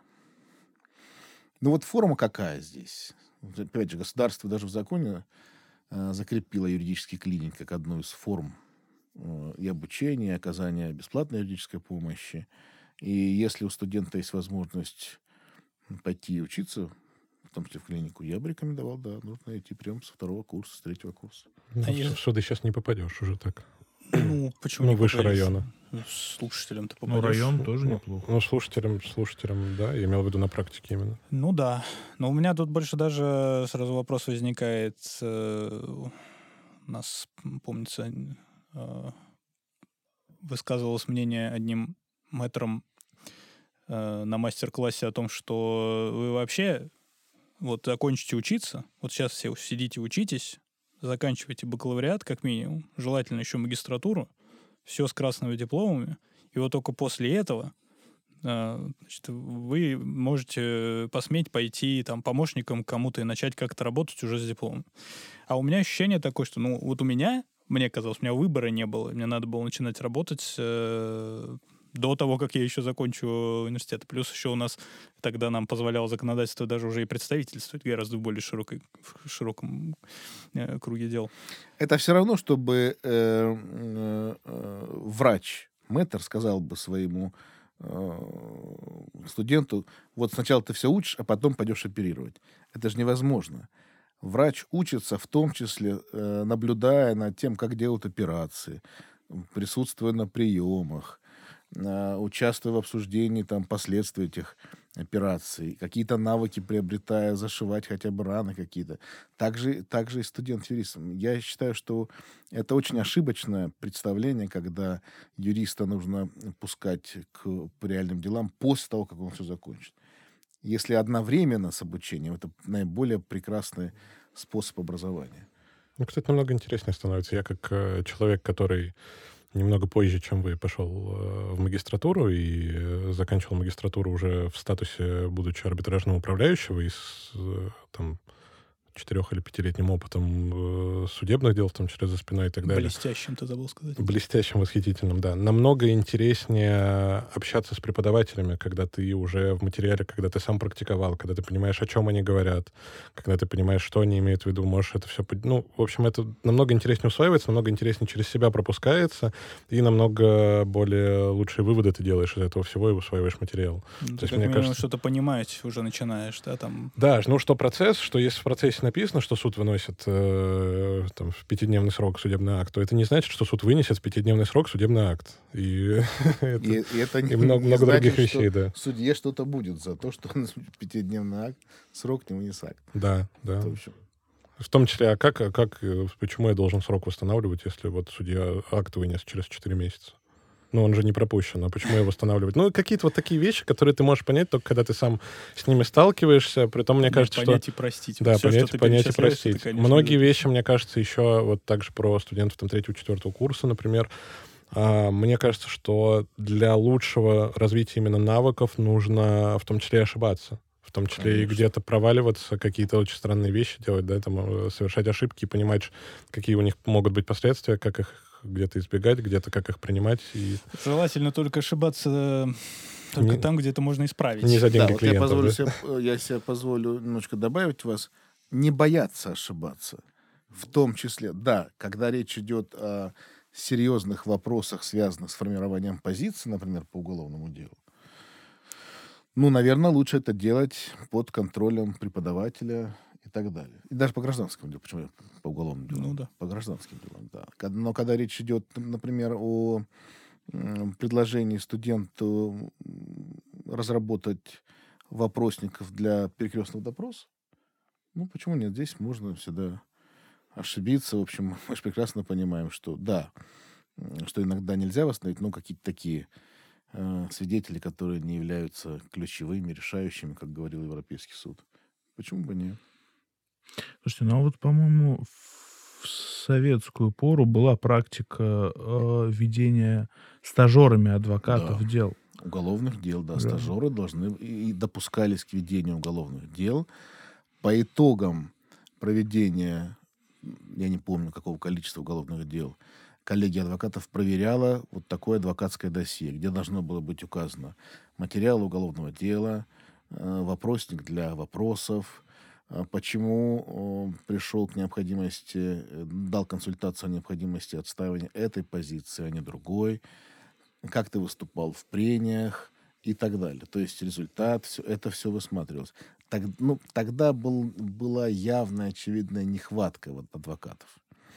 Ну вот форма какая здесь? Вот опять же, государство даже в законе э, закрепило юридический клининг как одну из форм э, и обучения, и оказания бесплатной юридической помощи. И если у студента есть возможность пойти учиться, в том числе в клинику, я бы рекомендовал, да, нужно идти прямо со второго курса, с третьего курса. Ну, А в я- в суды сейчас не попадешь уже так. Ну, почему Ну, не выше попадешь? района. Слушателям-то Ну, попадешь. район тоже Ну, неплохо. Ну, слушателям, слушателям, да, я имел в виду на практике именно. Ну да. Но у меня тут больше даже сразу вопрос возникает. э, У нас, м, помнится, э, высказывалось мнение одним мэтром э, на мастер-классе о том, что вы вообще вот закончите учиться, вот сейчас все сидите, учитесь, заканчивайте бакалавриат как минимум, желательно еще магистратуру, все с красными дипломами, и вот только после этого э, значит, вы можете посметь пойти там помощником кому-то и начать как-то работать уже с дипломом. А у меня ощущение такое, что ну вот у меня, мне казалось, у меня выбора не было, мне надо было начинать работать э, до того, как я еще закончу университет. Плюс еще у нас тогда нам позволяло законодательство даже уже и представительствовать гораздо в более широкой, в широком э, круге дел. Это все равно, чтобы э, э, э, врач, мэтр, сказал бы своему э, студенту, вот сначала ты все учишь, а потом пойдешь оперировать. Это же невозможно. Врач учится в том числе, э, наблюдая над тем, как делают операции, присутствуя на приемах, э, участвуя в обсуждении там, последствий этих операций, какие-то навыки приобретая, зашивать хотя бы раны какие-то. Также, также и студент-юрист. Я считаю, что это очень ошибочное представление, когда юриста нужно пускать к по реальным делам после того, как он все закончит. Если одновременно с обучением, это наиболее прекрасный способ образования. Ну, кстати, намного интереснее становится. Я как э, человек, который немного позже, чем вы, пошел э, в магистратуру и э, заканчивал магистратуру уже в статусе, будучи арбитражным управляющего и с э, там, четырех- или пятилетним опытом э, судебных дел, в том числе за спиной и так далее. Блестящим, ты забыл сказать. Блестящим, восхитительным, да. Намного интереснее общаться с преподавателями, когда ты уже в материале, когда ты сам практиковал, когда ты понимаешь, о чем они говорят, когда ты понимаешь, что они имеют в виду, можешь это все... Ну, в общем, это намного интереснее усваивается, намного интереснее через себя пропускается, и намного более лучшие выводы ты делаешь из этого всего и усваиваешь материал. Ну, То ты есть, как мне минимум кажется- что-то понимать уже начинаешь, да, там... Да, ну что процесс, что если в процессе написано, что суд выносит э, там, в пятидневный срок судебный акт, то это не значит, что суд вынесет в пятидневный срок судебный акт. И это- И, и это не, и много- не много значит, других что вещей, да. судье что-то будет за то, что он пятидневный акт, срок не вынес акт. Да, да. В общем, В том числе, а как, а как, э, почему я должен срок восстанавливать, если вот судья акт вынес через четыре месяца? Ну, он же не пропущен, а почему я восстанавливать? Ну, какие-то вот такие вещи, которые ты можешь понять только когда ты сам с ними сталкиваешься. Притом, мне кажется, что... понять и простить. Да, Вот всё, понять, что ты понять и перечисляешь, простить. это, конечно, Многие да. вещи, мне кажется, еще вот также про студентов там третьего-четвертого курса, например. А, мне кажется, что для лучшего развития именно навыков нужно в том числе и ошибаться. В том числе Конечно. и где-то проваливаться, какие-то очень странные вещи делать, да, там, э, совершать ошибки, понимать, ш- какие у них могут быть последствия, как их где-то избегать, где-то как их принимать, и Желательно только ошибаться э, только Не- там, где это можно исправить. не за деньги да, вот я клиентов. позволю, да? себе, э, я себе позволю немножко добавить вас. Не бояться ошибаться. В том числе, да, когда речь идет о серьезных вопросах, связанных с формированием позиции, например, по уголовному делу, ну, наверное, лучше это делать под контролем преподавателя и так далее. И даже по гражданскому делу. Почему я по уголовному делу? Ну да. По гражданским делам, да. Кад- Но когда речь идет, например, о м, предложении студенту м, разработать вопросников для перекрестного допроса, Ну, почему нет? Здесь можно всегда ошибиться. В общем, мы же прекрасно понимаем, что да, м, что иногда нельзя восстановить, но какие-то такие э, свидетели, которые не являются ключевыми, решающими, как говорил Европейский суд. Почему бы нет? Слушайте, ну а вот, по-моему, в советскую пору была практика э, ведения стажерами адвокатов Да. дел. Уголовных дел, да, Да. стажеры должны и и допускались к ведению уголовных дел. По итогам проведения, м, я не помню, какого количества уголовных дел, коллегия адвокатов проверяла вот такое адвокатское досье, где должно было быть указано материалы уголовного дела, э, вопросник для вопросов, а, почему э, пришел к необходимости, э, дал консультацию о необходимости отстаивания этой позиции, а не другой, как ты выступал в прениях и так далее. То есть результат, всё, это все высматривалось. Так, ну, тогда был, была явная, очевидная нехватка вот адвокатов.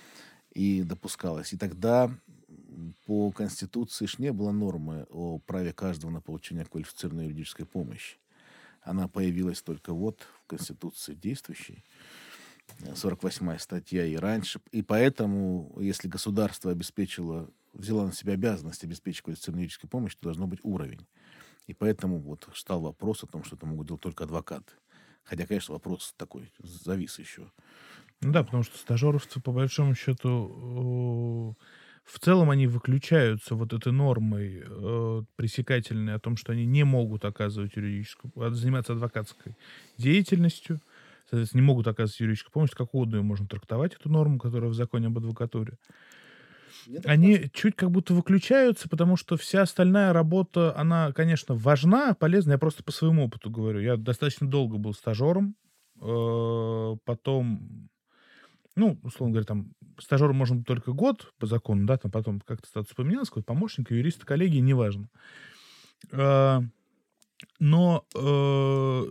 И допускалось. И тогда м, по Конституции ж не было нормы о праве каждого на получение квалифицированной юридической помощи. Она появилась только вот в Конституции действующей, э, сорок восьмая статья и раньше. И поэтому, если государство обеспечило, взяло на себя обязанность обеспечить квалифицированную юридическую помощь, то должно быть уровень. И поэтому вот стал вопрос о том, что это могут делать только адвокаты. Хотя, конечно, вопрос такой завис еще. Ну да, потому что стажерство, по большому счету, э, в целом они выключаются вот этой нормой э, пресекательной о том, что они не могут оказывать юридическую, а, заниматься адвокатской деятельностью, соответственно, не могут оказывать юридическую помощь. Как угодно ее можно трактовать, эту норму, которая в законе об адвокатуре. Мне так Они кажется. чуть как будто выключаются, потому что вся остальная работа, она, конечно, важна, полезна. Я просто по своему опыту говорю. Я достаточно долго был стажером. э, Потом, ну, условно говоря, там, стажером можно быть только год по закону, да, там потом как-то статус поменялся, какой-то помощник, юрист, коллеги, неважно. А, Но э,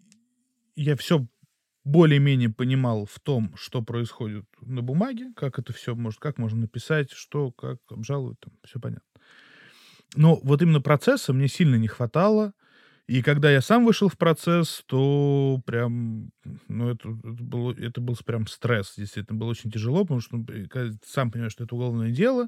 я все более-менее понимал в том, что происходит на бумаге, как это все может, как можно написать, что, как обжаловать, там, все понятно. Но вот именно процесса мне сильно не хватало. И когда я сам вышел в процесс, то прям, ну, это, это, было, это был прям стресс, действительно, было очень тяжело, потому что, ну, э, когда ты сам понимаешь, что это уголовное дело,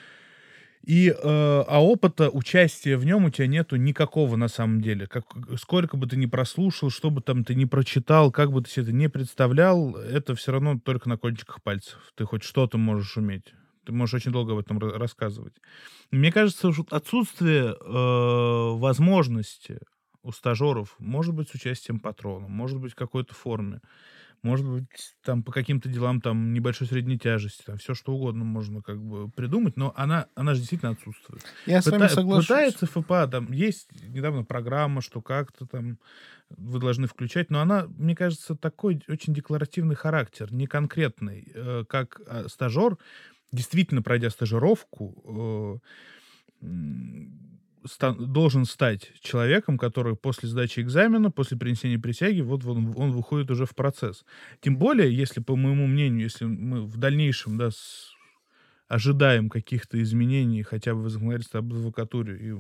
и, э, а опыта участия в нем у тебя нету никакого на самом деле. Как, сколько бы ты ни прослушал, что бы там ты ни прочитал, как бы ты себе это не представлял, это все равно только на кончиках пальцев. Ты хоть что-то можешь уметь. Ты можешь очень долго об этом ра- рассказывать. Мне кажется, уж отсутствие э, возможности у стажеров может быть с участием патрона, может быть в какой-то форме, может быть там по каким-то делам там небольшой средней тяжести, там все что угодно можно как бы придумать, но она, она же действительно отсутствует. Я с вами Пыта- соглашусь. пытается ФПА, там есть недавно программа, что как-то там вы должны включать, но она, мне кажется, такой очень декларативный характер, не конкретный, э, как а, стажер, действительно пройдя стажировку, э, м, ста- должен стать человеком, который после сдачи экзамена, после принесения присяги, вот он, он выходит уже в процесс. Тем более, если, по моему мнению, если мы в дальнейшем, да, с- ожидаем каких-то изменений хотя бы в законодательстве об адвокатуре и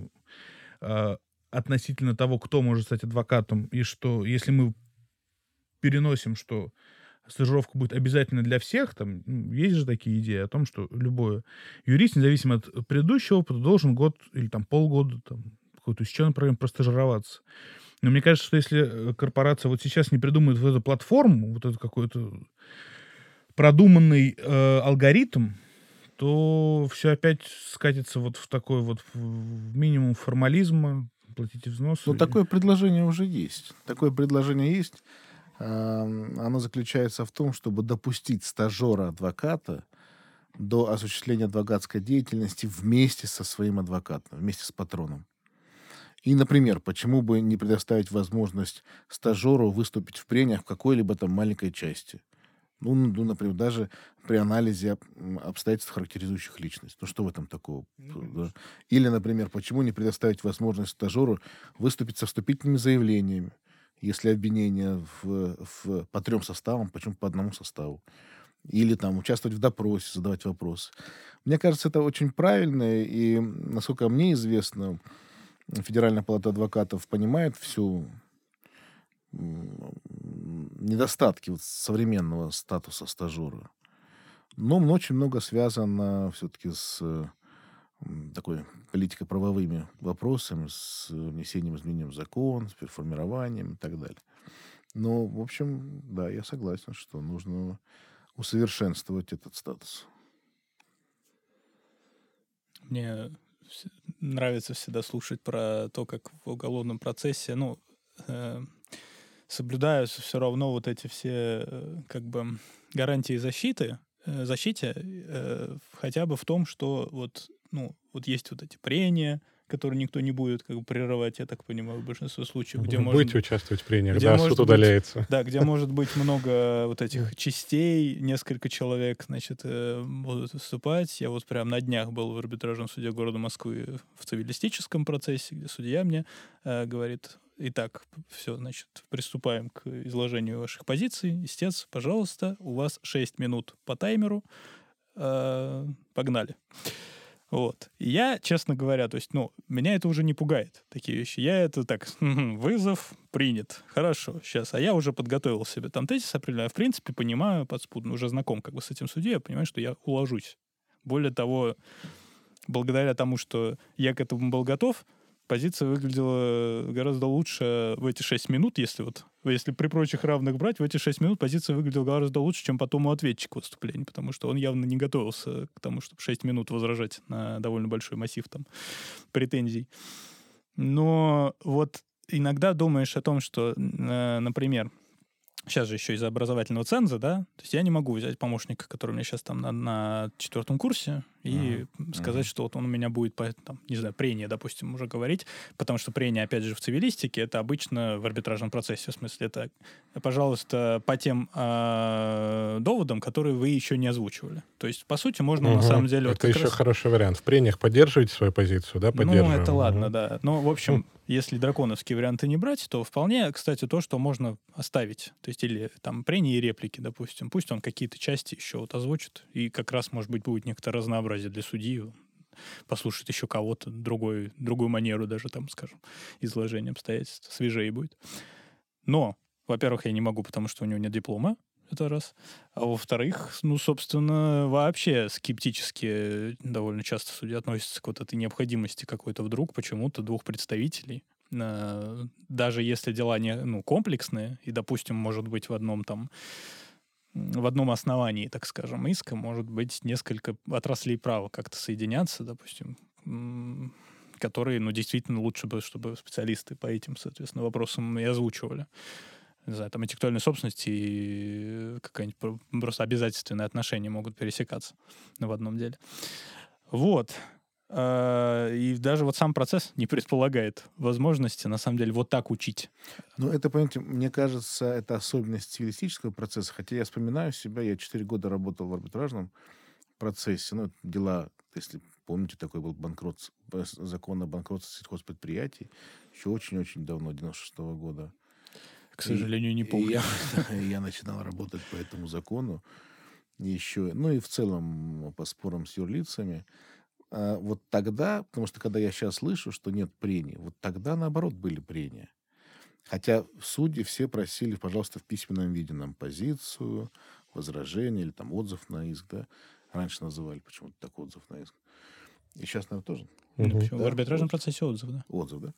а, относительно того, кто может стать адвокатом, и что если мы переносим, что стажировка будет обязательно для всех, там ну, есть же такие идеи о том, что любой юрист, независимо от предыдущего опыта, должен год или там полгода там какой-то усеченной программе простажироваться. Но мне кажется, что если э, корпорация вот сейчас не придумает вот эту платформу, вот этот какой-то продуманный э, алгоритм, то все опять скатится вот в такой вот в в минимум формализма, платите взносы. Но и- такое предложение уже есть. Такое предложение есть. Ам, Оно заключается в том, чтобы допустить стажера-адвоката до осуществления адвокатской деятельности вместе со своим адвокатом, вместе с патроном. И, например, почему бы не предоставить возможность стажеру выступить в прениях в какой-либо там маленькой части? Ну, н- ну, например, даже при анализе об- м, обстоятельств, характеризующих личность. Ну, что в этом такого? Ну, П- да? конечно. Или, например, почему не предоставить возможность стажеру выступить со вступительными заявлениями, если обвинение в, в- по трем составам, почему по одному составу? Или там участвовать в допросе, задавать вопросы. Мне кажется, это очень правильно, и, м, насколько мне известно, Федеральная палата адвокатов понимает всю м, недостатки вот современного статуса стажера. Но очень много связано все-таки с м, такой политико-правовыми вопросами, с внесением изменений в закон, с переформированием и так далее. Но, в общем, да, я согласен, что нужно усовершенствовать этот статус. Мне вс- нравится всегда слушать про то, как в уголовном процессе, ну, э, соблюдаются все равно вот эти все, э, как бы, гарантии защиты, э, защите, э, хотя бы в том, что вот, ну, вот есть вот эти прения, которые никто не будет как бы прерывать, я так понимаю, в большинстве случаев, где Вы можно... будете участвовать в прениях, где да, может суд быть- удаляется. Да, где может быть много вот этих частей, несколько человек, значит, э, будут выступать. Я вот прям на днях был в арбитражном суде города Москвы в цивилистическом процессе, где судья мне э, говорит: итак, все, значит, приступаем к изложению ваших позиций. Истец, пожалуйста, у вас шесть минут по таймеру. Э, погнали. Вот. И я, честно говоря, то есть, ну, меня это уже не пугает, такие вещи. Я это так, «Мгм, вызов принят. Хорошо, сейчас. А я уже подготовил себе там тезис определенный. Я, в принципе, понимаю подспудно, уже знаком как бы с этим судьей, я понимаю, что я уложусь. Более того, благодаря тому, что я к этому был готов, позиция выглядела гораздо лучше в эти шесть минут, если вот, если при прочих равных брать, в эти шесть минут позиция выглядела гораздо лучше, чем потом у ответчика выступления, потому что он явно не готовился к тому, чтобы шесть минут возражать на довольно большой массив там претензий. Но вот иногда думаешь о том, что, э, например, сейчас же еще из-за образовательного ценза, да, то есть я не могу взять помощника, который у меня сейчас там на, на четвертом курсе, и Мгм. сказать, Мгм. что вот он у меня будет, по, там, не знаю, прения, допустим, уже говорить, потому что прения, опять же, в цивилистике, это обычно в арбитражном процессе, в смысле, это, пожалуйста, по тем э, доводам, которые вы еще не озвучивали. То есть, по сути, можно на Мгм. самом деле... вот Это как еще раз- хороший вариант. В прениях поддерживаете свою позицию, да? Ну, Поддерживаем. это ладно, Мгм. да. Но, в общем, если драконовские варианты не брать, то вполне, кстати, то, что можно оставить. То есть, или там прения и реплики, допустим. Пусть он какие-то части еще вот озвучит. И как раз, может быть, будет некоторое разнообразие для судьи. Послушать еще кого-то, другой, другую манеру даже, там, скажем, изложения обстоятельств. Свежее будет. Но, во-первых, я не могу, потому что у него нет диплома. Это раз. А во-вторых, ну, собственно, вообще скептически довольно часто судьи относятся к вот этой необходимости какой-то вдруг почему-то двух представителей. Э, Даже если дела не, ну, комплексные, и, допустим, может быть в одном там м, в одном основании, так скажем, иска может быть несколько отраслей права как-то соединяться, допустим, м, которые, ну, действительно лучше бы, чтобы специалисты по этим, соответственно, вопросам и озвучивали. Не знаю, там интеллектуальная собственность и какое-нибудь про- просто обязательственные отношения могут пересекаться в одном деле. Вот. Э, И даже вот сам процесс не предполагает возможности, на самом деле, вот так учить. Ну, это, понимаете, мне кажется, это особенность цивилистического процесса. Хотя я вспоминаю себя, я четыре года работал в арбитражном процессе. Ну, это дела, если помните, такой был банкрот, закон о банкротстве сельхозпредприятий. Еще очень-очень давно, девяносто шестого года. К И- сожалению, не и помню. я, я начинал работать по этому закону. Еще, ну и в целом по спорам с юрлицами. А вот тогда, потому что когда я сейчас слышу, что нет прений, вот тогда, наоборот, были прения. Хотя судьи все просили, пожалуйста, в письменном виде нам позицию, возражение или там отзыв на иск, да. Раньше называли почему-то так отзыв на иск. И сейчас, наверное, тоже Ну, Мгм. почему? В Да, арбитражном вот. процессе отзыв, да. отзыв, да.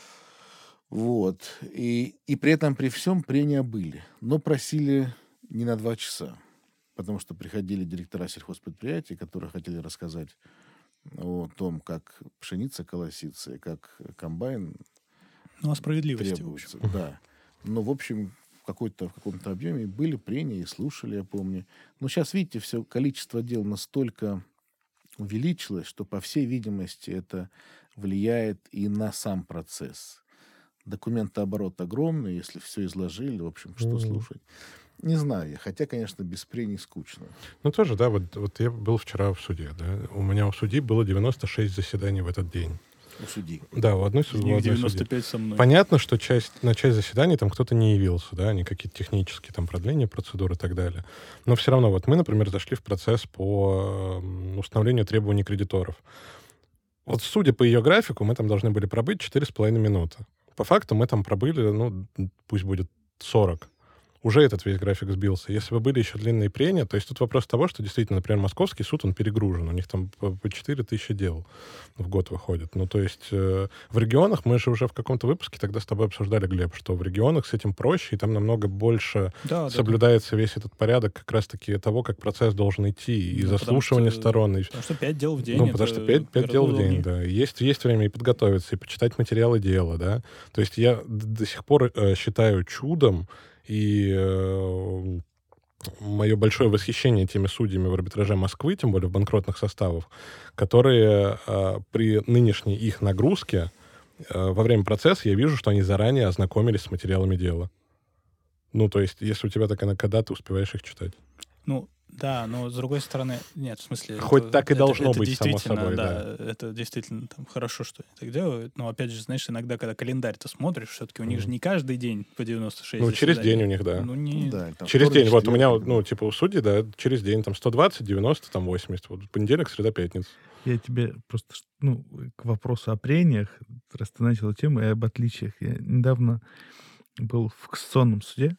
Вот. И, и при этом, при всем прения были. Но просили не на два часа. Потому что приходили директора сельхозпредприятий, которые хотели рассказать о том, как пшеница колосится и как комбайн Ну, о справедливости, в общем. требуется. Да. Но, в общем, в, какой-то, в каком-то объеме были прения и слушали, я помню. Но сейчас, видите, все количество дел настолько увеличилось, что, по всей видимости, это влияет и на сам процесс. Документооборот огромный, если все изложили, в общем, что Мгм. слушать. Не знаю я, хотя, конечно, без прений скучно. Ну, тоже, да, вот, вот я был вчера в суде, да. У меня у судьи было девяносто шесть заседаний в этот день. У судьи. Да, у одной, Из су- у них одной девяносто судьи. пять со мной. Понятно, что часть, на часть заседаний там кто-то не явился, да, они какие-то технические там продления процедуры и так далее. Но все равно, вот мы, например, зашли в процесс по м, установлению требований кредиторов. Вот судя по ее графику, мы там должны были пробыть четыре с половиной минуты. По факту мы там пробыли, ну, пусть будет сорок. уже этот весь график сбился. Если бы были еще длинные прения, то есть тут вопрос того, что действительно, например, московский суд, он перегружен. У них там по четыре тысячи дел в год выходит. Ну, то есть э, в регионах, мы же уже в каком-то выпуске тогда с тобой обсуждали, Глеб, что в регионах с этим проще, и там намного больше Да, соблюдается да, да. весь этот порядок как раз-таки того, как процесс должен идти, и ну, заслушивание что, сторон. И... Потому что пять дел в день. Ну, потому что пять, пять дел в день, да. Есть, есть время и подготовиться, и почитать материалы дела, да. То есть я до сих пор э, считаю чудом, и э, мое большое восхищение теми судьями в арбитраже Москвы, тем более в банкротных составах, которые э, при нынешней их нагрузке э, во время процесса я вижу, что они заранее ознакомились с материалами дела. Ну, то есть, если у тебя такая, когда ты успеваешь их читать? Ну, да, но с другой стороны, нет, в смысле... Хоть это, так и это, должно это быть, само собой, да, да. Это действительно там, хорошо, что они так делают. Но, опять же, знаешь, иногда, когда календарь ты смотришь, все-таки у них mm. же не каждый день по девяносто шесть Ну, через заседаний. день у них, да. Ну, не... да через день. Вот у меня, ну, типа, у судей, да, через день там сто двадцать, девяносто, там восемьдесят. Вот понедельник, среда, пятница. Я тебе просто, ну, к вопросу о прениях, раз ты начал тему, и об отличиях. Я недавно был в кассационном суде.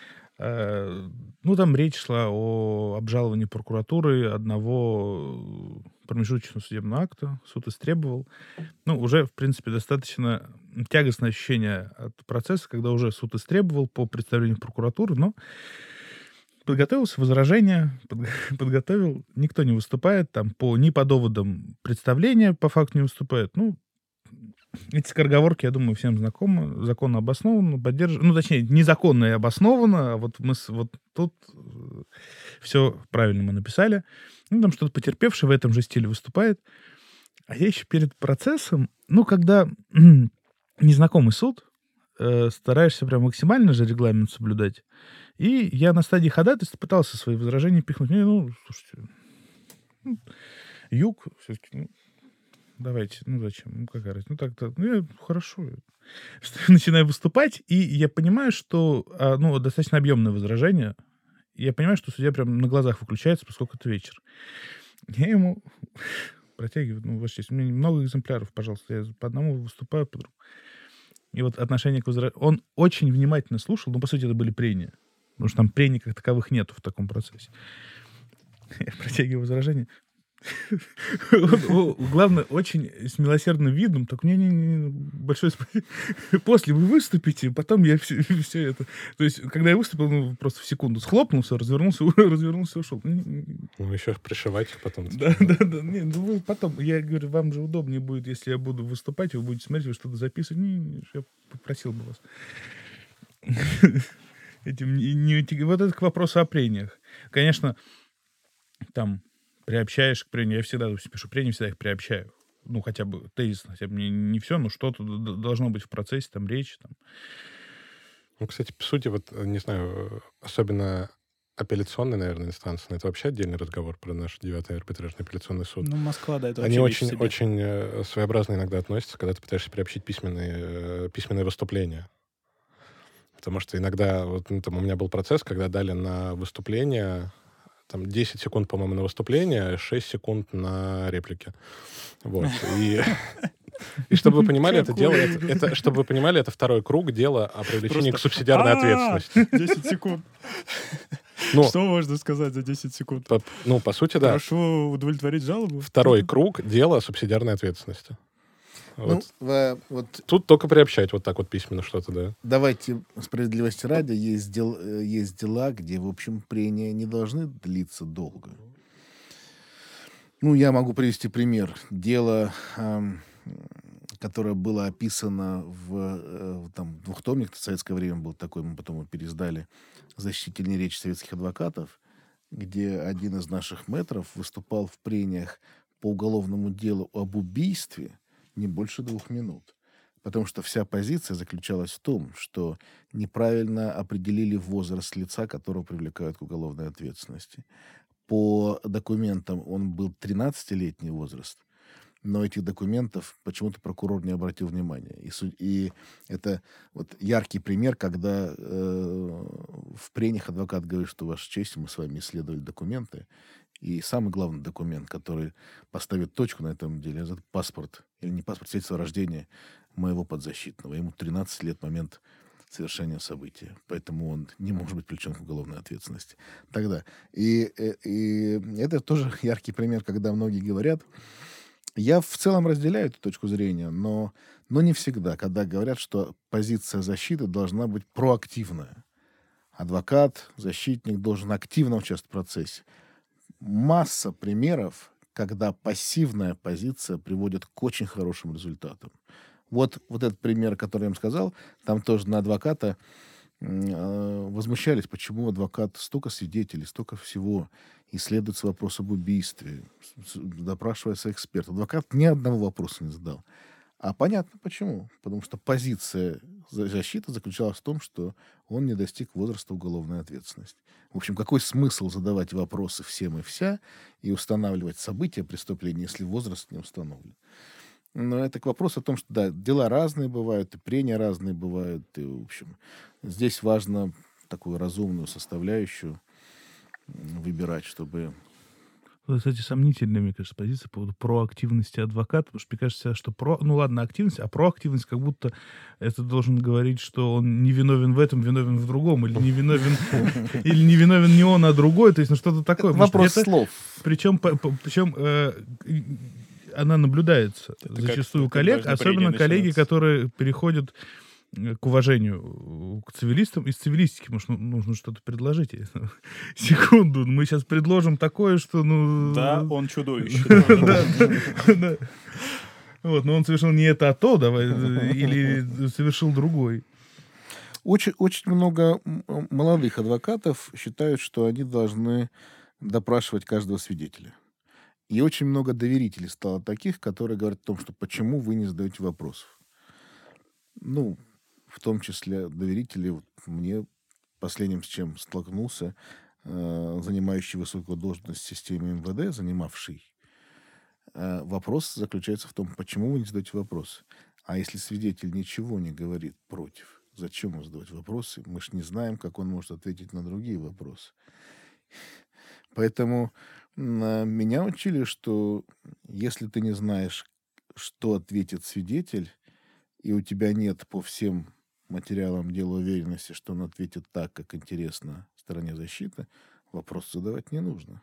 Ну, там речь шла о обжаловании прокуратуры одного промежуточного судебного акта. Суд истребовал. Ну, уже, в принципе, достаточно тягостное ощущение от процесса, когда уже суд истребовал по представлению прокуратуры, но подготовился, возражения подготовил. Никто не выступает там по, ни по доводам представления по факту не выступает. Ну, эти скороговорки, я думаю, всем знакомы. Законно обоснованно, поддерживаю. Ну, точнее, незаконно и обоснованно, а вот мы с, вот тут все правильно мы написали. Ну, там что-то потерпевший в этом же стиле выступает. А я еще перед процессом, ну, когда незнакомый суд, э, стараешься прям максимально же регламент соблюдать. И я на стадии ходатайства пытался свои возражения пихнуть. Не, ну, слушайте, ну, юг все-таки... Ну, давайте, ну зачем? Ну какая разница? Ну так-то, ну я, хорошо. Начинаю выступать, и я понимаю, что, ну, достаточно объемное возражение. Я понимаю, что судья прям на глазах выключается, поскольку это вечер. Я ему протягиваю, ну, ваша честь, у меня много экземпляров, пожалуйста, я по одному выступаю, по другому. И вот отношение к возражению... Он очень внимательно слушал, но, по сути, это были прения. Потому что там прений как таковых нету в таком процессе. Я протягиваю возражение. Главное, очень с милосердным видом. Так, не-не-не, большое спасибо. После вы выступите, потом я все, все это... То есть, когда я выступил, ну, просто в секунду схлопнулся, развернулся, развернулся и ушел. Ну, еще пришивать их потом. Да, да, да. Не, ну, вы потом, я говорю, вам же удобнее будет, если я буду выступать, вы будете смотреть, вы что-то записывать. Не, не, я попросил бы вас. Этим не, не, вот это к вопросу о прениях. Конечно, там... приобщаешь к прению. Я всегда пишу прения, всегда их приобщаю. Ну, хотя бы тезисно, хотя бы не, не все, но что-то должно быть в процессе, там, речь. Там. Ну, кстати, судьи, вот, не знаю, особенно апелляционные, наверное, инстанции, но это вообще отдельный разговор про наш девятый арбитражный апелляционный суд. Ну, Москва, да, это Они вообще очень, очень своеобразно иногда относятся, когда ты пытаешься приобщить письменные, письменные выступления. Потому что иногда, вот, ну, там, у меня был процесс, когда дали на выступление... Там десять секунд, по-моему, на выступление, шесть секунд на реплике. Вот. И, и чтобы вы понимали, это дело, это, это, чтобы вы понимали, это второй круг дела о привлечении Просто... к субсидиарной ответственности. десять секунд. Ну, что можно сказать за десять секунд? По, ну, по сути, да. Хорошо удовлетворить жалобу. Второй круг дела о субсидиарной ответственности. Вот. Ну, в, вот тут только приобщать вот так вот письменно что-то, да. Давайте справедливости ради, есть, дел, есть дела, где, в общем, прения не должны длиться долго. Ну, я могу привести пример. Дело, э, которое было описано в, э, там, двухтомник, в советское время был такой, мы потом его переиздали, «Защитительная речь советских адвокатов», где один из наших мэтров выступал в прениях по уголовному делу об убийстве не больше двух минут. Потому что вся позиция заключалась в том, что неправильно определили возраст лица, которого привлекают к уголовной ответственности. По документам он был тринадцатилетний возраст, но этих документов почему-то прокурор не обратил внимания. И, суд... и это вот яркий пример, когда э, в прениях адвокат говорит, что, Ваша честь, мы с вами исследовали документы, и самый главный документ, который поставит точку на этом деле, это паспорт, или не паспорт, свидетельство о рождении моего подзащитного. Ему тринадцать лет, момент совершения события. Поэтому он не может быть привлечен к уголовной ответственности. Тогда. И, и, и это тоже яркий пример, когда многие говорят, я в целом разделяю эту точку зрения, но, но не всегда, когда говорят, что позиция защиты должна быть проактивная. Адвокат, защитник должен активно участвовать в процессе. Масса примеров, когда пассивная позиция приводит к очень хорошим результатам. Вот, вот этот пример, который я вам сказал, там тоже на адвоката э, возмущались, почему адвокат столько свидетелей, столько всего, исследуется вопрос об убийстве, допрашивается эксперт. Адвокат ни одного вопроса не задал. А понятно почему. Потому что позиция защиты заключалась в том, что он не достиг возраста уголовной ответственности. В общем, какой смысл задавать вопросы всем и вся и устанавливать события преступления, если возраст не установлен? Но это к вопросу о том, что, да, дела разные бывают, и прения разные бывают. И, в общем, здесь важно такую разумную составляющую выбирать, чтобы... Кстати, сомнительная, мне кажется, позиция по поводу проактивности адвоката, потому что мне кажется, что про... Ну ладно, активность, а проактивность как будто это должен говорить, что он не виновен в этом, виновен в другом, или не виновен, или не виновен не он, а другой, то есть ну что-то такое. Вопрос слов. Причем, причем она наблюдается зачастую у коллег, особенно коллеги, которые переходят к уважению к цивилистам из цивилистики. Может, ну, нужно что-то предложить. Секунду, мы сейчас предложим такое, что... ну Да, он чудовище. Вот, но он совершил не это, а то, давай, или совершил другой. Очень, очень много молодых адвокатов считают, что они должны допрашивать каждого свидетеля. И очень много доверителей стало таких, которые говорят о том, что почему вы не задаете вопросов. Ну, в том числе доверители, вот мне последним, с чем столкнулся, э, занимающий высокую должность в системе эм вэ дэ, занимавший, э, вопрос заключается в том, почему вы не задаете вопросы. А если свидетель ничего не говорит против, зачем ему задавать вопросы? Мы же не знаем, как он может ответить на другие вопросы. Поэтому э, меня учили, что если ты не знаешь, что ответит свидетель, и у тебя нет по всем материалам дела уверенности, что он ответит так, как интересно стороне защиты, вопрос задавать не нужно.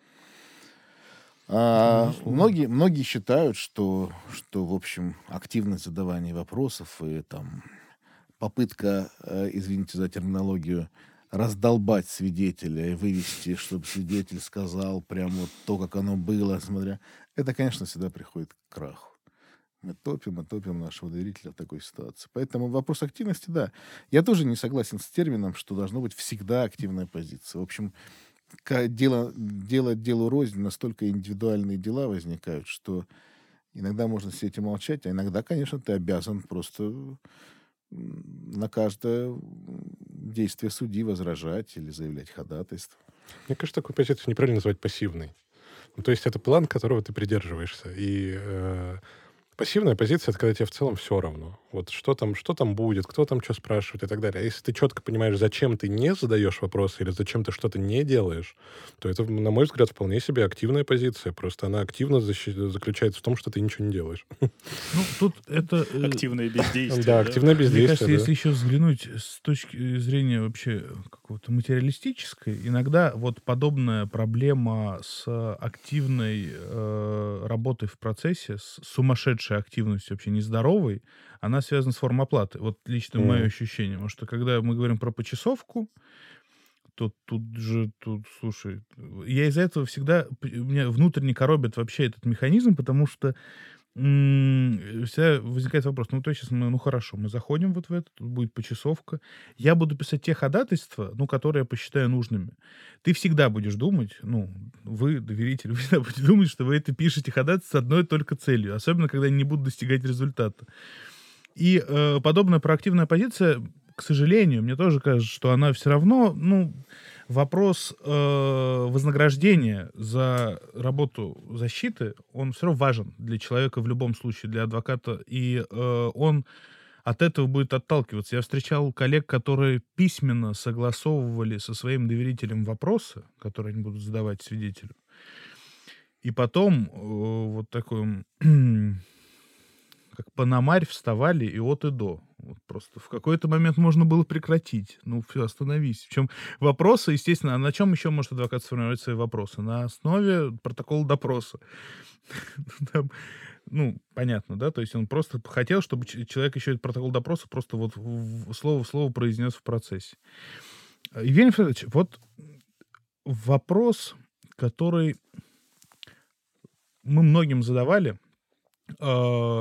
А многие, многие считают, что, что, в общем, активность задавания вопросов и там попытка, э, извините за терминологию, раздолбать свидетеля и вывести, чтобы свидетель сказал прямо вот то, как оно было, смотря, это, конечно, всегда приходит к краху. Мы топим, мы топим нашего доверителя в такой ситуации. Поэтому вопрос активности, да. Я тоже не согласен с термином, что должно быть всегда активная позиция. В общем, дело, делать делу рознь, настолько индивидуальные дела возникают, что иногда можно сидеть и молчать, а иногда, конечно, ты обязан просто на каждое действие судьи возражать или заявлять ходатайство. Мне кажется, такую позицию неправильно называть пассивной. Ну, то есть это план, которого ты придерживаешься. И э, пассивная позиция — это когда тебе в целом все равно. Вот что там, что там будет, кто там что спрашивает и так далее. А если ты четко понимаешь, зачем ты не задаешь вопросы или зачем ты что-то не делаешь, то это, на мой взгляд, вполне себе активная позиция. Просто она активно защи- заключается в том, что ты ничего не делаешь. Ну, тут это... э, Активное бездействие. Да, активное Мне бездействие. кажется, да. если еще взглянуть с точки зрения вообще какого-то материалистической, иногда вот подобная проблема с активной э, работой в процессе, с сумасшедшей активностью, вообще нездоровой, она связана с формой оплаты. Вот лично Мгм. мое ощущение. Потому что когда мы говорим про почасовку, то тут же, тут, слушай, я из-за этого всегда, п- меня внутренне коробит вообще этот механизм, потому что м, всегда возникает вопрос, ну, то есть, мы, ну, хорошо, мы заходим вот в это, тут будет почасовка, я буду писать те ходатайства, ну, которые я посчитаю нужными. Ты всегда будешь думать, ну, вы, доверитель, вы всегда будете думать, что вы это пишете ходатайство с одной только целью, особенно, когда они не будут достигать результата. И э, подобная проактивная позиция, к сожалению, мне тоже кажется, что она все равно, ну, вопрос э, вознаграждения за работу защиты, он все равно важен для человека в любом случае, для адвоката, и э, он от этого будет отталкиваться. Я встречал коллег, которые письменно согласовывали со своим доверителем вопросы, которые они будут задавать свидетелю, и потом э, вот такой... как Пономарь вставали и от и до. Вот просто в какой-то момент можно было прекратить. Ну, все, остановись. В чем вопросы, естественно, а на чем еще может адвокат сформировать свои вопросы? На основе протокола допроса. Там, ну, понятно, да? То есть он просто хотел, чтобы ч- человек еще этот протокол допроса просто вот в- в- слово в слово произнес в процессе. А, Евгений Федорович, вот вопрос, который мы многим задавали, а,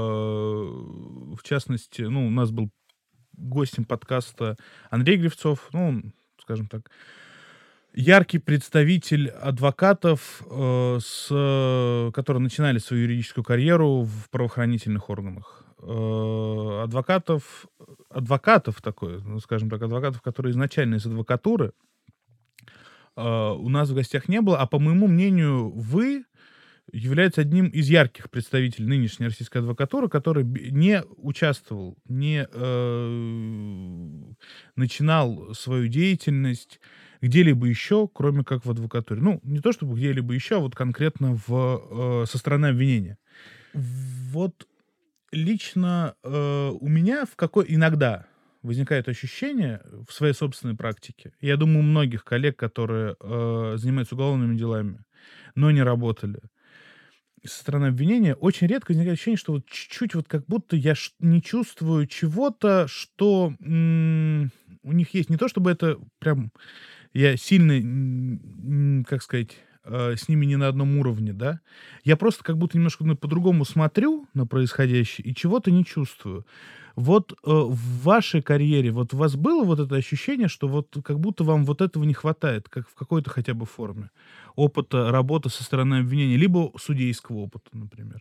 в частности, ну, у нас был гостем подкаста Андрей Гривцов, ну, он, скажем так, яркий представитель адвокатов, э, с, э, которые начинали свою юридическую карьеру в правоохранительных органах. Э, адвокатов, адвокатов такой, ну, скажем так, адвокатов, которые изначально из адвокатуры, э, у нас в гостях не было, а по моему мнению, вы является одним из ярких представителей нынешней российской адвокатуры, который б- не участвовал, не э, начинал свою деятельность где-либо еще, кроме как в адвокатуре. Ну, не то чтобы где-либо еще, а вот конкретно в, э, со стороны обвинения. Вот лично э, у меня в какой иногда возникает ощущение в своей собственной практике, я думаю, у многих коллег, которые э, занимаются уголовными делами, но не работали, со стороны обвинения очень редко возникает ощущение, что вот чуть-чуть вот как будто я ш- не чувствую чего-то, что м, у них есть. Не то чтобы это прям я сильно, м, м, как сказать, э, с ними не на одном уровне, да. Я просто как будто немножко на- по-другому смотрю на происходящее и чего-то не чувствую. Вот э, в вашей карьере, вот у вас было вот это ощущение, что вот как будто вам вот этого не хватает, как в какой-то хотя бы форме? Опыта работы со стороны обвинения, либо судейского опыта, например.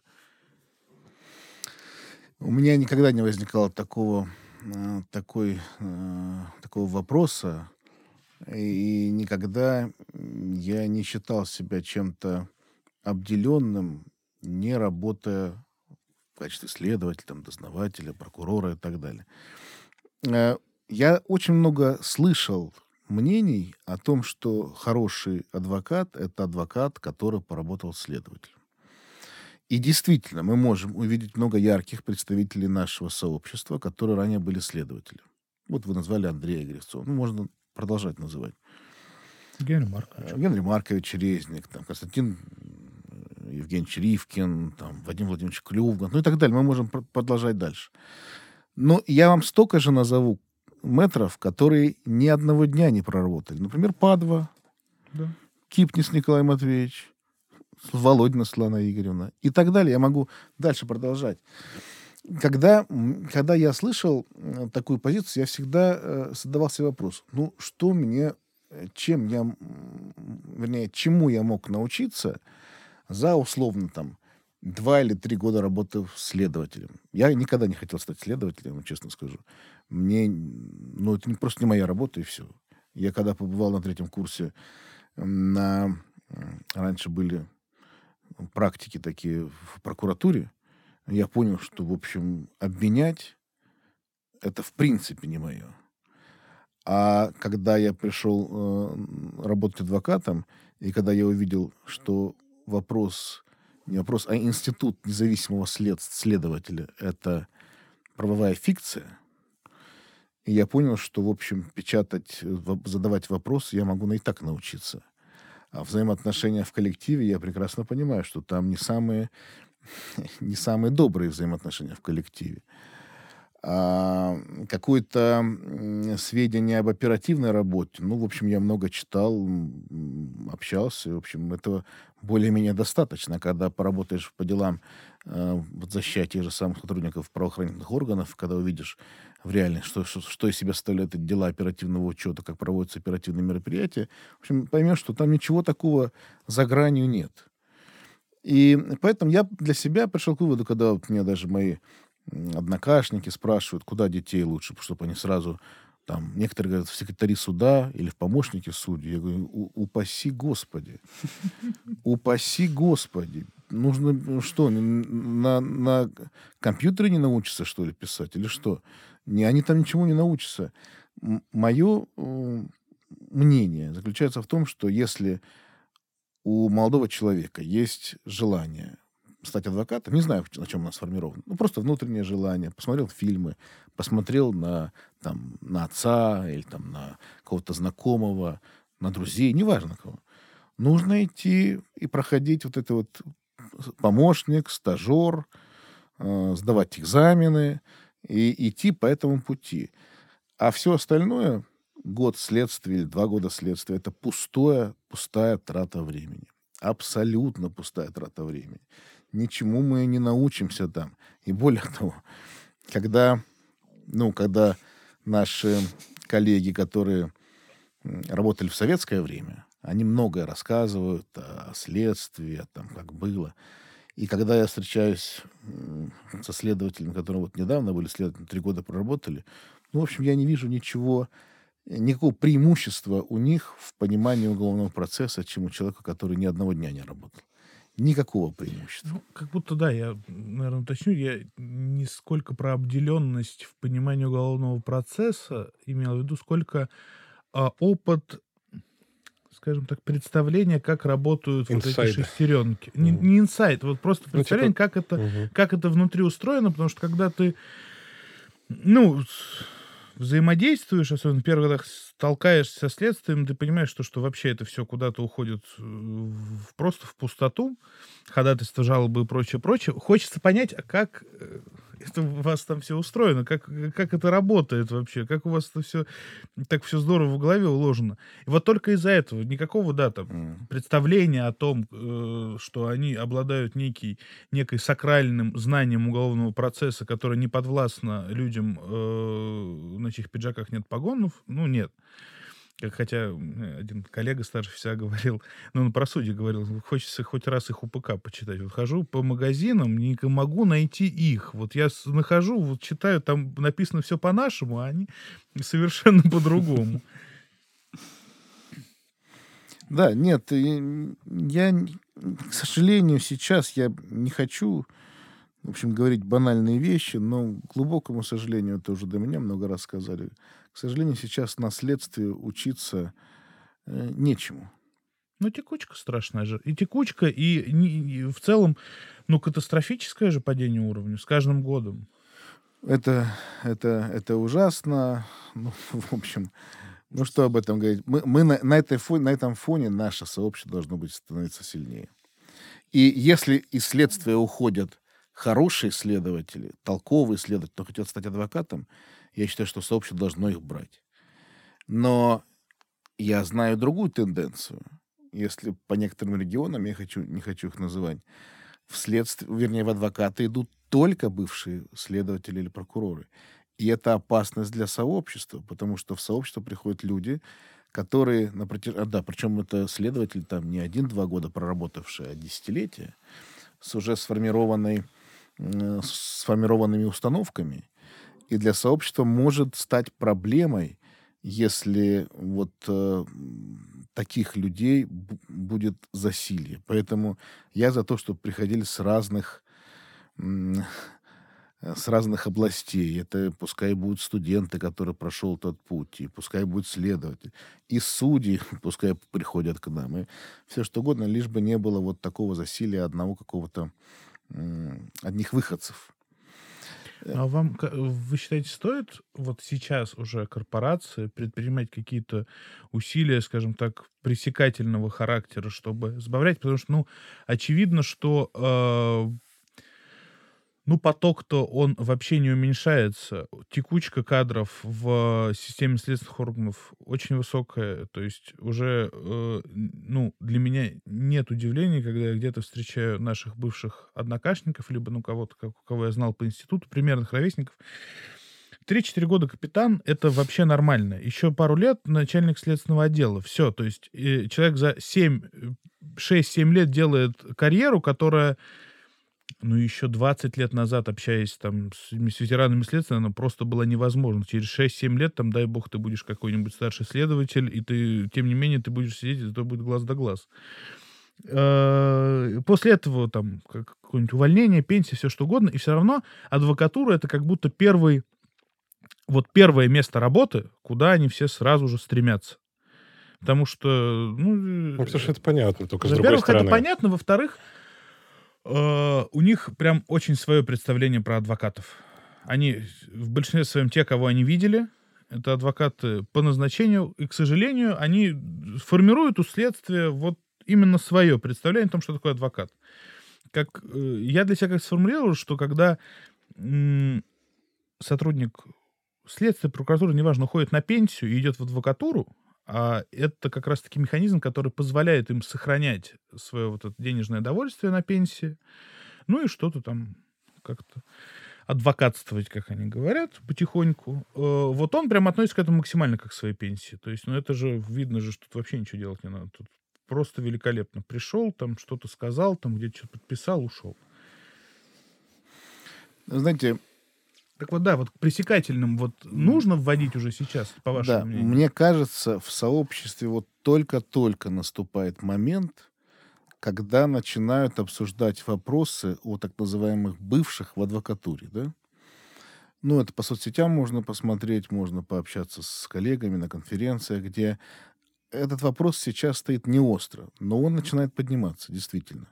У меня никогда не возникало такого, э, такой, э, такого вопроса, и никогда м, я не считал себя чем-то обделенным, не работая в качестве следователя, там, дознавателя, прокурора и так далее. Э, Я очень много слышал мнений о том, что хороший адвокат — это адвокат, который поработал следователем. И действительно, мы можем увидеть много ярких представителей нашего сообщества, которые ранее были следователями. Вот вы назвали Андрея Гривцова. Ну, можно продолжать называть. Генрий Маркович. Э, Генрий Маркович Резник, там, Константин э, Евгеньевич Ривкин, там, Вадим Владимирович Клювган, ну и так далее. Мы можем пр- продолжать дальше. Но я вам столько же назову мэтров, которые ни одного дня не проработали. Например, Падва, Да. Кипнис Николай Матвеевич, Володина Светлана Игоревна и так далее. Я могу дальше продолжать. Когда, м, когда я слышал э, такую позицию, я всегда э, задавал себе вопрос, ну, что мне, э, чем я, м, вернее, чему я мог научиться за условно там два или три года работы следователем. Я никогда не хотел стать следователем, честно скажу. Мне, м, ну, это не- просто не моя работа, и все. Я когда побывал на третьем курсе, м, на, м, раньше были практики такие в прокуратуре, я понял, что, в общем, обвинять — это в принципе не мое. А когда я пришел э, м, работать адвокатом, и когда я увидел, что вопрос, не вопрос, а институт независимого след, следователя — это правовая фикция, и я понял, что, в общем, печатать, э, во- задавать вопросы я могу на и так научиться. А взаимоотношения в коллективе, я прекрасно понимаю, что там не самые, не самые добрые взаимоотношения в коллективе. А, какое-то м, сведения об оперативной работе, ну, в общем, я много читал, м, общался, в общем, этого более-менее достаточно, когда поработаешь по делам э, вот защищая тех же самых сотрудников правоохранительных органов, когда увидишь в реальности, что, что, что из себя составляют эти дела оперативного учета, как проводятся оперативные мероприятия, в общем, поймешь, что там ничего такого за гранью нет. И поэтому я для себя пришел к выводу, когда вот меня даже мои м, однокашники спрашивают, куда детей лучше, чтобы они сразу там, некоторые говорят, в секретари суда или в помощники судей. Я говорю, «У- упаси Господи, упаси Господи. Нужно ну, что, н- на, на компьютере не научиться, что ли, писать или что? Не, они там ничего не научатся. Мое мнение заключается в том, что если у молодого человека есть желание стать адвокатом, не знаю, на чем у нас сформировано, ну, просто внутреннее желание, посмотрел фильмы, посмотрел на, там, на отца или там, на кого-то знакомого, на друзей, неважно кого. Нужно идти и проходить вот это вот помощник, стажер, э, сдавать экзамены и идти по этому пути. А все остальное, год следствия или два года следствия, это пустое, пустая трата времени. Абсолютно пустая трата времени. Ничему мы не научимся там. И более того, когда, ну, когда наши коллеги, которые работали в советское время, они многое рассказывают о следствии, о том, как было. И когда я встречаюсь со следователем, которые вот недавно были следователем, три года проработали, ну, в общем, я не вижу ничего, никакого преимущества у них в понимании уголовного процесса, чем у человека, который ни одного дня не работал. Никакого преимущества. Ну, как будто, да, я, наверное, уточню, я не сколько про обделенность в понимании уголовного процесса имел в виду, сколько а, опыт, скажем так, представления, как работают вот эти Инсайда. шестеренки. Не, Мгм. не инсайт, вот просто Ну, представление, типа, как это, мгм. как это внутри устроено, потому что когда ты, ну, с- взаимодействуешь, особенно в первых годах, столкаешься со следствием, ты понимаешь, что, что вообще это все куда-то уходит э, в- просто в пустоту, ходатайство, жалобы и прочее, прочее. Хочется понять, а как э, это у вас там все устроено, как, как это работает вообще, как у вас это все так все здорово в голове уложено. И вот только из-за этого никакого, да, там, М. представления о том, э, что они обладают некий, некой сакральным знанием уголовного процесса, которое не подвластно людям, э, на чьих пиджаках нет погонов, ну, нет. Как Хотя м, один коллега старший всегда говорил, ну, он про судей говорил, хочется хоть раз их УПК почитать. Вот хожу по магазинам, не могу найти их. Вот я с- нахожу, вот читаю, там написано все по-нашему, а они совершенно по-другому. Да, нет, и я, н- к сожалению, сейчас я не хочу, в общем, говорить банальные вещи, но, к глубокому сожалению, это уже до меня много раз сказали, к сожалению, сейчас на следствии учиться э, нечему. Ну, текучка страшная же. И текучка, и, не- и в целом, ну, катастрофическое же падение уровня с каждым годом. Это, это, это ужасно. Ну, в общем, ну что об этом говорить? Мы, мы на, на, этой фоне, на этом фоне наше сообщество должно быть становиться сильнее. И если из следствия уходят хорошие следователи, толковые следователи, кто хотят стать адвокатом, я считаю, что сообщество должно их брать. Но я знаю другую тенденцию. Если по некоторым регионам, я хочу, не хочу их называть, в следствие, вернее, в адвокаты идут только бывшие следователи или прокуроры. И это опасность для сообщества, потому что в сообщество приходят люди, которые на протяж... а, да, причем это следователь там не один-два года проработавший, а десятилетия, с уже сформированной, м, сформированными установками. И для сообщества может стать проблемой, если вот э, м, таких людей бу- будет засилье. Поэтому я за то, чтобы приходили с разных м, э, с разных областей. Это пускай будут студенты, которые прошел тот путь, и пускай будет следователь, и судьи, пускай приходят к нам, и все что угодно, лишь бы не было вот такого засилия одного какого-то м, одних выходцев. Ну, а вам, ка- вы считаете, стоит вот сейчас уже корпорации предпринимать какие-то усилия, скажем так, пресекательного характера, чтобы сбавлять? Потому что, ну, очевидно, что э, ну, поток-то он вообще не уменьшается. Текучка кадров в системе следственных органов очень высокая. То есть уже, э, н- ну, для меня нет удивления, когда я где-то встречаю наших бывших однокашников, либо, ну, кого-то, как- кого я знал по институту, примерных ровесников. Три-четыре года капитан — это вообще нормально. Еще пару лет начальник следственного отдела. Все. То есть э, человек за семь, э, шесть-семь лет делает карьеру, которая ну, еще двадцать лет назад, общаясь там с, м- с ветеранами следствия, она просто была невозможна. Через шесть-семь лет, там, дай бог, ты будешь какой-нибудь старший следователь, и ты, тем не менее, ты будешь сидеть, и это будет глаз да глаз. Э, После этого там как- какое-нибудь увольнение, пенсия, все что угодно, и все равно адвокатура — это как будто первый, вот первое место работы, куда они все сразу же стремятся. Потому что, ну, Ну, потому что э, это понятно, только с другой во-первых, это стороны. понятно, во-вторых, э, у них прям очень свое представление про адвокатов. Они в большинстве своем те, кого они видели, это адвокаты по назначению, и, к сожалению, они формируют у следствия вот именно свое представление о том, что такое адвокат. Как, э, я для себя как сформулировал, что когда м, сотрудник следствия, прокуратуры, неважно, уходит на пенсию и идет в адвокатуру, а это как раз-таки механизм, который позволяет им сохранять свое вот это денежное довольствие на пенсии, ну и что-то там как-то адвокатствовать, как они говорят, потихоньку. Э, Вот он прям относится к этому максимально как к своей пенсии. То есть, ну это же видно же, что тут вообще ничего делать не надо. Тут просто великолепно. Пришел, там что-то сказал, там где-то что-то подписал, ушел. Знаете, Так вот, да, вот к пресекательным вот нужно вводить уже сейчас, по вашему да, мнению? мне кажется, в сообществе вот только-только наступает момент, когда начинают обсуждать вопросы о так называемых бывших в адвокатуре, да? Ну, это по соцсетям можно посмотреть, можно пообщаться с коллегами на конференциях, где этот вопрос сейчас стоит не остро, но он начинает подниматься, действительно.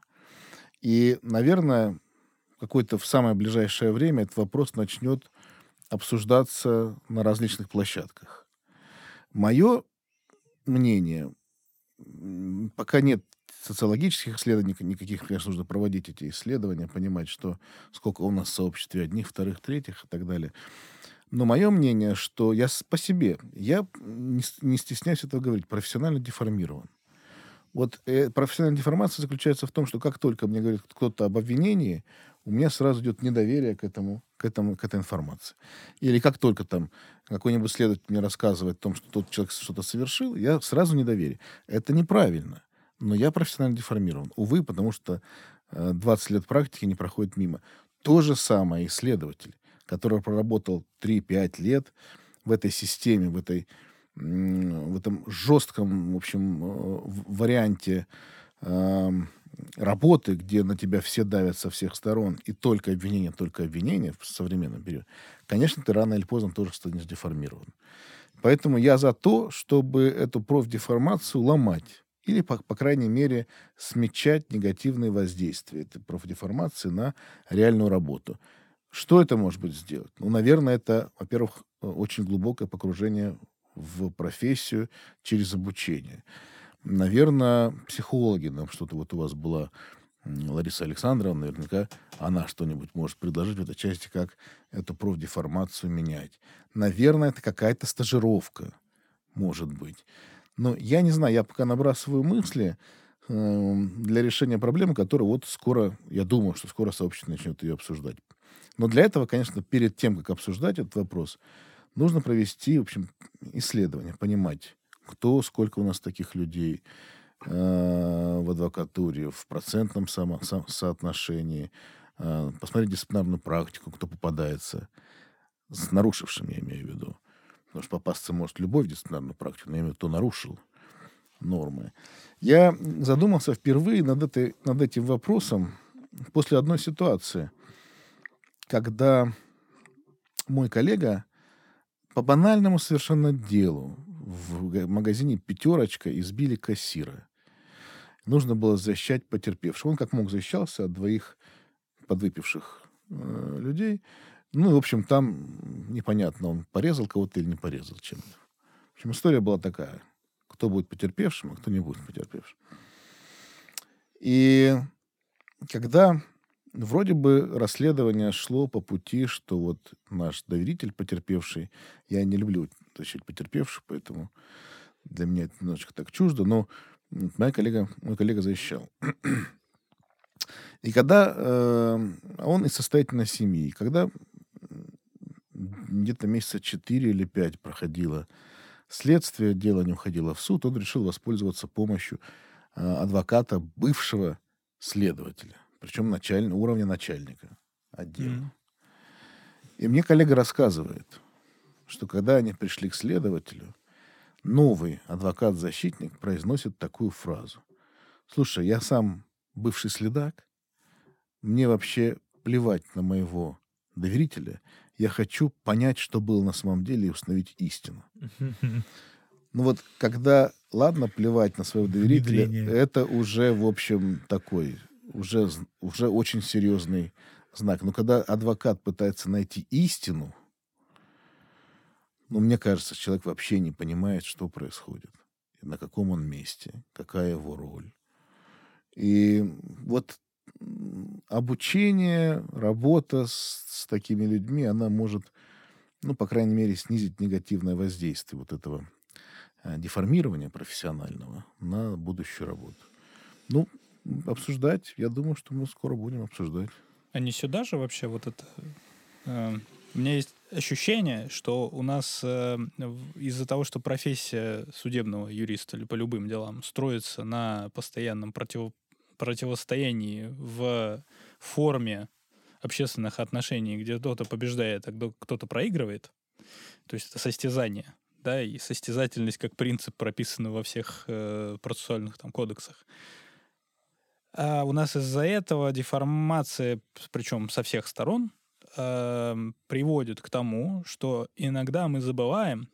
И, наверное, какое-то в самое ближайшее время этот вопрос начнет обсуждаться на различных площадках. Мое мнение, м, пока нет социологических исследований никаких, конечно, нужно проводить эти исследования, понимать, что сколько у нас в сообществе одних, вторых, третьих и так далее. Но мое мнение, что я с- по себе, я не, с- не стесняюсь этого говорить, профессионально деформирован. Вот э, профессиональная деформация заключается в том, что как только мне говорит кто-то об обвинении, у меня сразу идет недоверие к этому, к этому, к этой информации. Или как только там какой-нибудь следователь мне рассказывает о том, что тот человек что-то совершил, я сразу недоверие. Это неправильно. Но я профессионально деформирован. Увы, потому что э, двадцать лет практики не проходит мимо. То же самое исследователь, который проработал три-пять лет в этой системе, в этой м, в этом жестком, в общем, э, в- варианте ам, работы, где на тебя все давят со всех сторон, и только обвинение, только обвинение в современном периоде, конечно, ты рано или поздно тоже станешь деформирован. Поэтому я за то, чтобы эту профдеформацию ломать. Или, по, по крайней мере, смягчать негативные воздействия этой профдеформации на реальную работу. Что это может быть сделать? Ну, наверное, это, во-первых, э, очень глубокое погружение в профессию через обучение. Наверное, психологи нам что-то... Вот у вас была м, Лариса Александровна, наверняка она что-нибудь может предложить в этой части, как эту профдеформацию менять. Наверное, это какая-то стажировка, может быть. Но я не знаю, я пока набрасываю мысли эм, для решения проблемы, которая вот скоро, я думаю, что скоро сообщество начнет ее обсуждать. Но для этого, конечно, перед тем, как обсуждать этот вопрос, нужно провести, в общем, исследование, понимать, кто, сколько у нас таких людей э, в адвокатуре, в процентном само- со- соотношении, э, посмотреть дисциплинарную практику, кто попадается, с нарушившим, я имею в виду. Потому что попасться может любой в дисциплинарную практику, но я имею в виду, кто нарушил нормы. Я задумался впервые над, этой, над этим вопросом после одной ситуации, когда мой коллега по банальному совершенно делу в га- магазине «Пятерочка» избили кассира. Нужно было защищать потерпевшего. Он как мог защищался от двоих подвыпивших э, людей. Ну, и, в общем, там непонятно, он порезал кого-то или не порезал чем-то. В общем, история была такая. Кто будет потерпевшим, а кто не будет потерпевшим. И когда вроде бы расследование шло по пути, что вот наш доверитель потерпевший, я не люблю тащить потерпевших, поэтому для меня это немножечко так чуждо, но м, моя коллега, мой коллега защищал. И когда э, он из состоятельной семьи, когда м, где-то месяца четыре или пять проходило следствие, дело не уходило в суд, он решил воспользоваться помощью э, адвоката бывшего следователя, причем началь... уровня начальника отдела. М. И мне коллега рассказывает, что когда они пришли к следователю, новый адвокат-защитник произносит такую фразу. Слушай, я сам бывший следак, мне вообще плевать на моего доверителя. Я хочу понять, что было на самом деле, и установить истину. Ну вот, когда, ладно, плевать на своего доверителя, Внедрение. это уже, в общем, такой уже, з- уже очень серьезный знак. Но когда адвокат пытается найти истину, ну, мне кажется, человек вообще не понимает, что происходит, на каком он месте, какая его роль. И вот м, обучение, работа с, с такими людьми, она может, ну, по крайней мере, снизить негативное воздействие вот этого э, деформирования профессионального на будущую работу. Ну, м, обсуждать, я думаю, что мы скоро будем обсуждать. А не сюда же вообще вот это... э, У меня есть ощущение, что у нас э, в- из-за того, что профессия судебного юриста или по любым делам строится на постоянном против- противостоянии в форме общественных отношений, где кто-то побеждает, а кто- кто-то проигрывает, то есть это состязание, да, и состязательность как принцип прописаны во всех э, процессуальных там кодексах. А у нас из-за этого деформация, причем со всех сторон, эм, приводит к тому, что иногда мы забываем,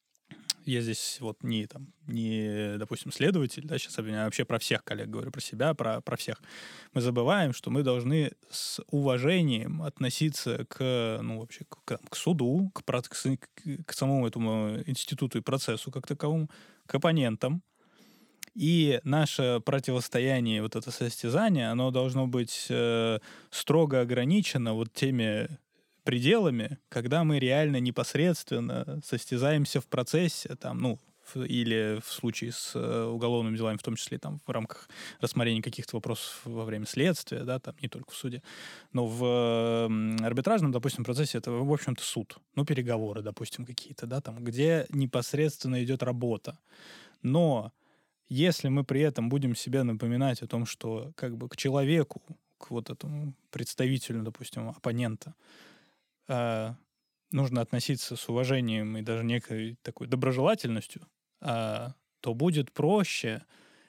я здесь вот не, там, не, допустим, следователь, да, сейчас я вообще про всех коллег говорю, про себя, про, про всех. Мы забываем, что мы должны с уважением относиться к, ну, вообще, к, к- к суду, к, проц- к, с- к- к самому этому институту и процессу как таковому, к оппонентам. И наше противостояние, вот это состязание, оно должно быть э, строго ограничено вот теми пределами, когда мы реально непосредственно состязаемся в процессе, там, ну, в- или в случае с э, уголовными делами, в том числе там в рамках рассмотрения каких-то вопросов во время следствия, да, там не только в суде, но в э, м, арбитражном, допустим, процессе это, в общем-то, суд, ну, переговоры, допустим, какие-то, да, там, где непосредственно идет работа. Но если мы при этом будем себе напоминать о том, что как бы к человеку, к вот этому представителю, допустим, оппонента, а, нужно относиться с уважением и даже некой такой доброжелательностью, а, то будет проще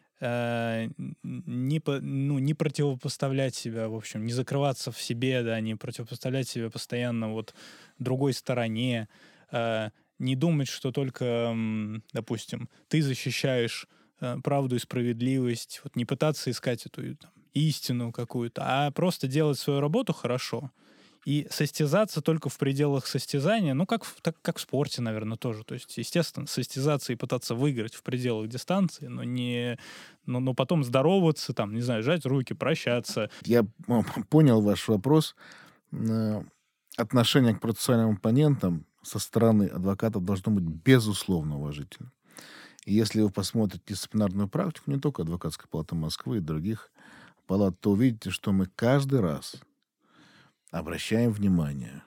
а, н- не, по- ну, не противопоставлять себя, в общем, не закрываться в себе, да, не противопоставлять себя постоянно вот другой стороне, а, не думать, что только, м, допустим, ты защищаешь э, правду и справедливость, вот не пытаться искать эту там, истину какую-то, а просто делать свою работу хорошо и состязаться только в пределах состязания, ну, как в, так, как в спорте, наверное, тоже. То есть, естественно, состязаться и пытаться выиграть в пределах дистанции, но не... Но, но потом здороваться, там, не знаю, жать руки, прощаться. Я м, понял ваш вопрос. Э, Отношение к процессуальным оппонентам со стороны адвокатов должно быть безусловно уважительным. И если вы посмотрите дисциплинарную практику, не только Адвокатской палаты Москвы и других палат, то увидите, что мы каждый раз обращаем внимание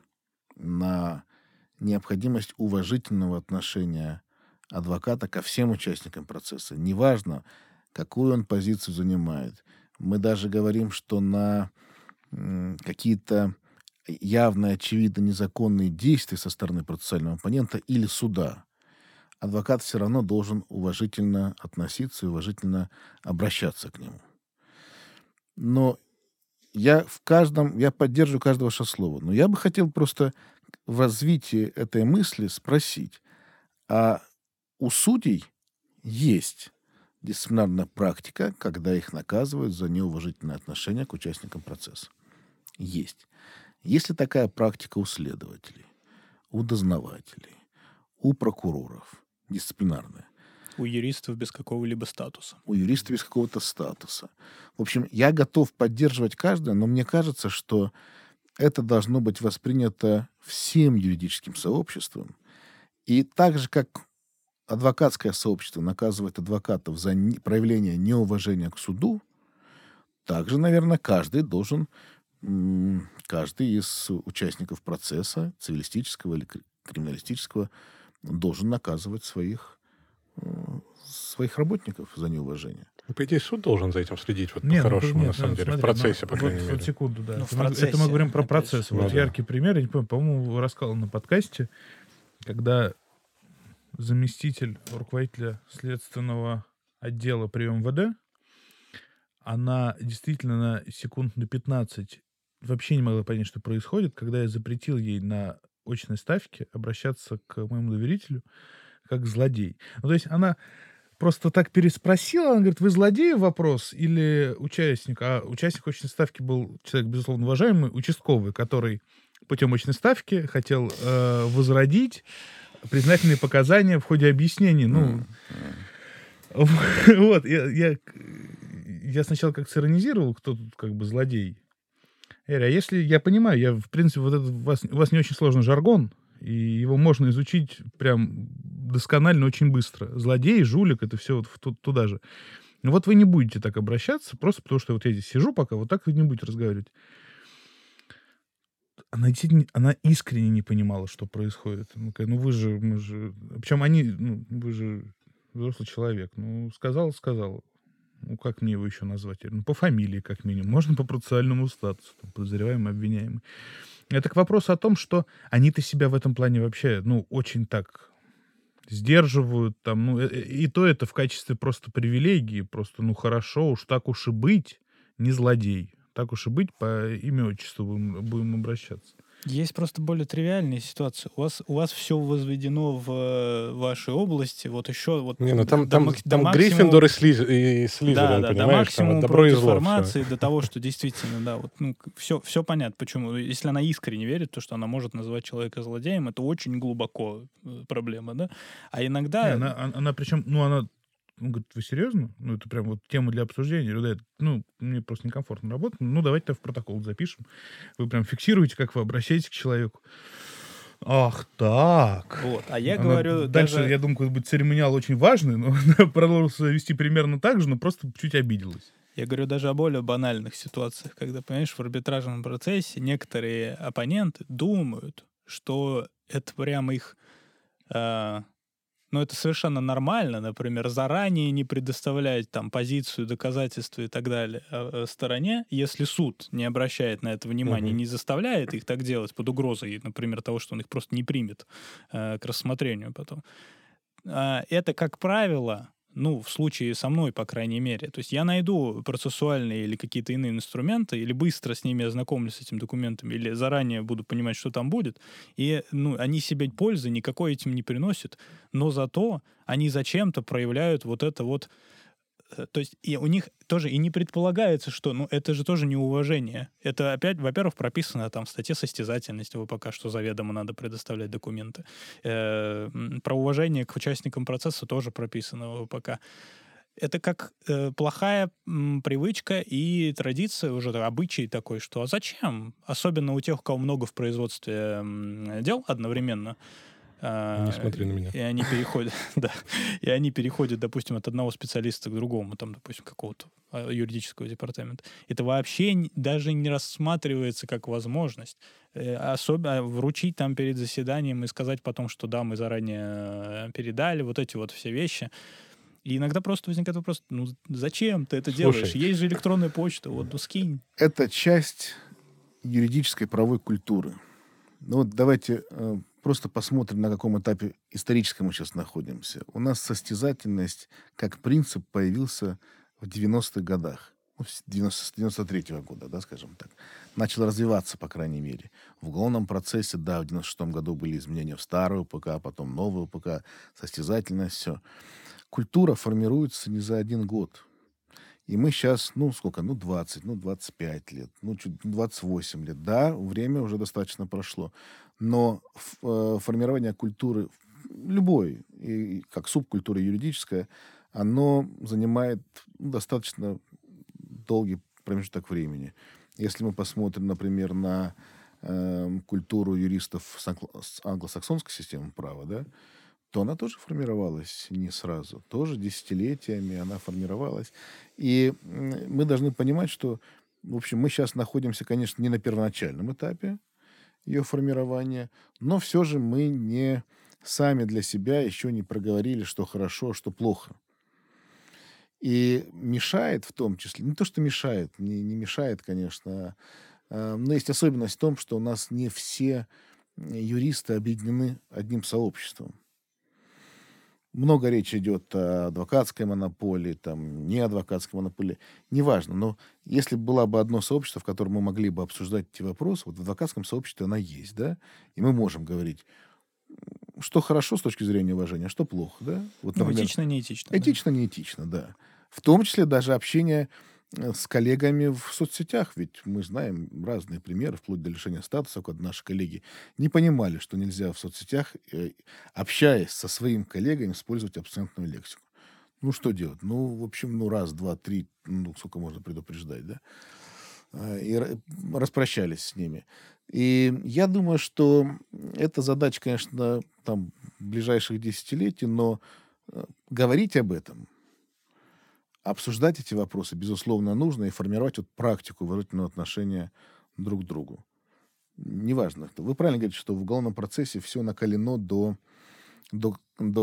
на необходимость уважительного отношения адвоката ко всем участникам процесса. Неважно, какую он позицию занимает. Мы даже говорим, что на м, какие-то явно, очевидно незаконные действия со стороны процессуального оппонента или суда адвокат все равно должен уважительно относиться и уважительно обращаться к нему. Но я в каждом, я поддерживаю каждое ваше слово. Но я бы хотел просто в развитии этой мысли спросить, а у судей есть дисциплинарная практика, когда их наказывают за неуважительное отношение к участникам процесса? Есть. Есть ли такая практика у следователей, у дознавателей, у прокуроров, дисциплинарная? У юристов без какого-либо статуса. У юриста без какого-то статуса. В общем, я готов поддерживать каждое, но мне кажется, что это должно быть воспринято всем юридическим сообществом. И так же, как адвокатское сообщество наказывает адвокатов за не- проявление неуважения к суду, также, наверное, каждый должен, м, каждый из участников процесса, цивилистического или кри- криминалистического, должен наказывать своих, э, своих работников за неуважение. Ну, по идее, суд должен за этим следить, вот Не, ну, по-хорошему, нет, на самом ну, деле, в смотри, процессе, ну, по вот, крайней вот мере. секунду, да. Ну, это, в мы, это мы процессе, говорим про опять же. процессы. Ну Вот да. яркий пример, я не помню, по-моему, рассказывал на подкасте, когда заместитель руководителя следственного отдела при МВД, она действительно на секунд на пятнадцать вообще не могла понять, что происходит, когда я запретил ей на очной ставке обращаться к моему доверителю как злодей. Ну, то есть она просто так переспросила. Она говорит, вы злодей, вопрос, или участник? А участник очной ставки был человек, безусловно, уважаемый, участковый, который путем очной ставки хотел э, возродить признательные показания в ходе объяснений. Ну, вот, я, я, я сначала как сиронизировал, кто тут как бы злодей. Я говорю, а если, я понимаю, я, в принципе, вот это, у вас, у вас не очень сложный жаргон, и его можно изучить прям досконально очень быстро. Злодей, жулик, это все вот в- туда же. Но вот вы не будете так обращаться, просто потому что вот я здесь сижу пока, вот так вы не будете разговаривать. Она действительно, она искренне не понимала, что происходит. Ну, такая, ну вы же, мы же... Причем они, ну, вы же взрослый человек. Ну, сказал, сказал. Ну, как мне его еще назвать? Ну, по фамилии, как минимум. Можно по процессуальному статусу. Там, подозреваемый, обвиняемый. Это к вопросу о том, что они-то себя в этом плане вообще, ну, очень так сдерживают. Там, ну, э- э, и то это в качестве просто привилегии. Просто, ну, хорошо, уж так уж и быть, не злодей. Так уж и быть, по имя отчеству будем, будем обращаться. Есть просто более тривиальные ситуации. У вас, у вас все возведено в э, вашей области. Вот еще вот Не, ну там, до, там, мак- до там максимума- Гриффиндор и, Слиз, и Слизерин, Да, да, до понимаешь? Там максимума вот добро и против зло. всё. информации, до того, что действительно, да, вот, ну, все, все понятно, почему. Если она искренне верит, то, что она может назвать человека злодеем, это очень глубоко э, проблема, да. А иногда... Не, она, она, она причем, ну, она, он говорит, вы серьезно? Ну, это прям вот тема для обсуждения. Я говорю, да, ну, мне просто некомфортно работать. Ну, давайте-то в протокол запишем. Вы прям фиксируете, как вы обращаетесь к человеку. Ах, так. Вот. А я Она говорю, дальше, даже... я думаю, какой-то будет церемониал очень важный, но она продолжила себя вести примерно так же, но просто чуть обиделась. Я говорю даже о более банальных ситуациях, когда, понимаешь, в арбитражном процессе некоторые оппоненты думают, что это прям их... э, ну, это совершенно нормально, например, заранее не предоставлять там позицию, доказательства и так далее э, э, стороне, если суд не обращает на это внимания, Мгм. не заставляет их так делать под угрозой, например, того, что он их просто не примет э, к рассмотрению потом. А, это, как правило, ну, в случае со мной, по крайней мере. То есть я найду процессуальные или какие-то иные инструменты, или быстро с ними ознакомлюсь с этим документом, или заранее буду понимать, что там будет. И, ну, они себе пользы никакой этим не приносят, но зато они зачем-то проявляют вот это вот. э, То есть и у них тоже и не предполагается, что, ну, это же тоже неуважение. Это опять, во-первых, прописано там в статье состязательности ВПК, что заведомо надо предоставлять документы. Э, м, Про уважение к участникам процесса тоже прописано в ВПК. Это как э, плохая м, привычка и традиция, уже та- обычай такой, что а зачем? Особенно у тех, у кого много в производстве м, дел одновременно. Не смотри на меня. И они переходят, да, и они переходят, допустим, от одного специалиста к другому, там, допустим, какого-то а, юридического департамента. Это вообще н- даже не рассматривается как возможность. Э, Особенно вручить там перед заседанием и сказать потом, что да, мы заранее э, передали, вот эти вот все вещи. И иногда просто возникает вопрос, ну зачем ты это делаешь? Слушай. Есть же электронная почта, вот, ну скинь. Это часть юридической правовой культуры. Ну вот давайте э, просто посмотрим, на каком этапе историческом мы сейчас находимся. У нас состязательность как принцип появился в девяностых годах. Ну, с девяносто с девяносто третьего года, да, скажем так. Начал развиваться, по крайней мере. В уголовном процессе, да, в девяносто шестом году были изменения в старую УПК, потом новую УПК, состязательность, все. Культура формируется не за один год. И мы сейчас, ну, сколько, ну, двадцать, ну, двадцать пять лет, ну, чуть двадцать восемь лет. Да, время уже достаточно прошло. Но ф- э, формирование культуры, любой, и как субкультура юридическая, оно занимает ну, достаточно долгий промежуток времени. Если мы посмотрим, например, на э, культуру юристов с, англо- с англосаксонской системы права, да, то она тоже формировалась не сразу. Тоже десятилетиями она формировалась. И м, мы должны понимать, что, в общем, мы сейчас находимся, конечно, не на первоначальном этапе ее формирования, но все же мы не сами для себя еще не проговорили, что хорошо, что плохо. И мешает в том числе, не то, что мешает, не, не мешает, конечно, а, но есть особенность в том, что у нас не все м, юристы объединены одним сообществом. Много речи идет о адвокатской монополии, там, не адвокатской монополии. Неважно, но если было бы одно сообщество, в котором мы могли бы обсуждать эти вопросы, вот в адвокатском сообществе она есть, да, и мы можем говорить, что хорошо с точки зрения уважения, что плохо, да? Вот, Ну, например, этично, неэтично. да. этично, неэтично, да. В том числе даже общение э, с коллегами в соцсетях, ведь мы знаем разные примеры, вплоть до лишения статуса, когда наши коллеги не понимали, что нельзя в соцсетях, э, общаясь со своим коллегами, использовать абсцентную лексику. Ну, что делать? Ну, в общем, ну, раз, два, три, ну, сколько можно предупреждать, да? А, И ра- распрощались с ними. И я думаю, что эта задача, конечно, там, ближайших десятилетий, но э, говорить об этом, обсуждать эти вопросы, безусловно, нужно, и формировать вот практику уважительного отношения друг к другу. Неважно. кто. Вы правильно говорите, что в уголовном процессе все накалено до, до,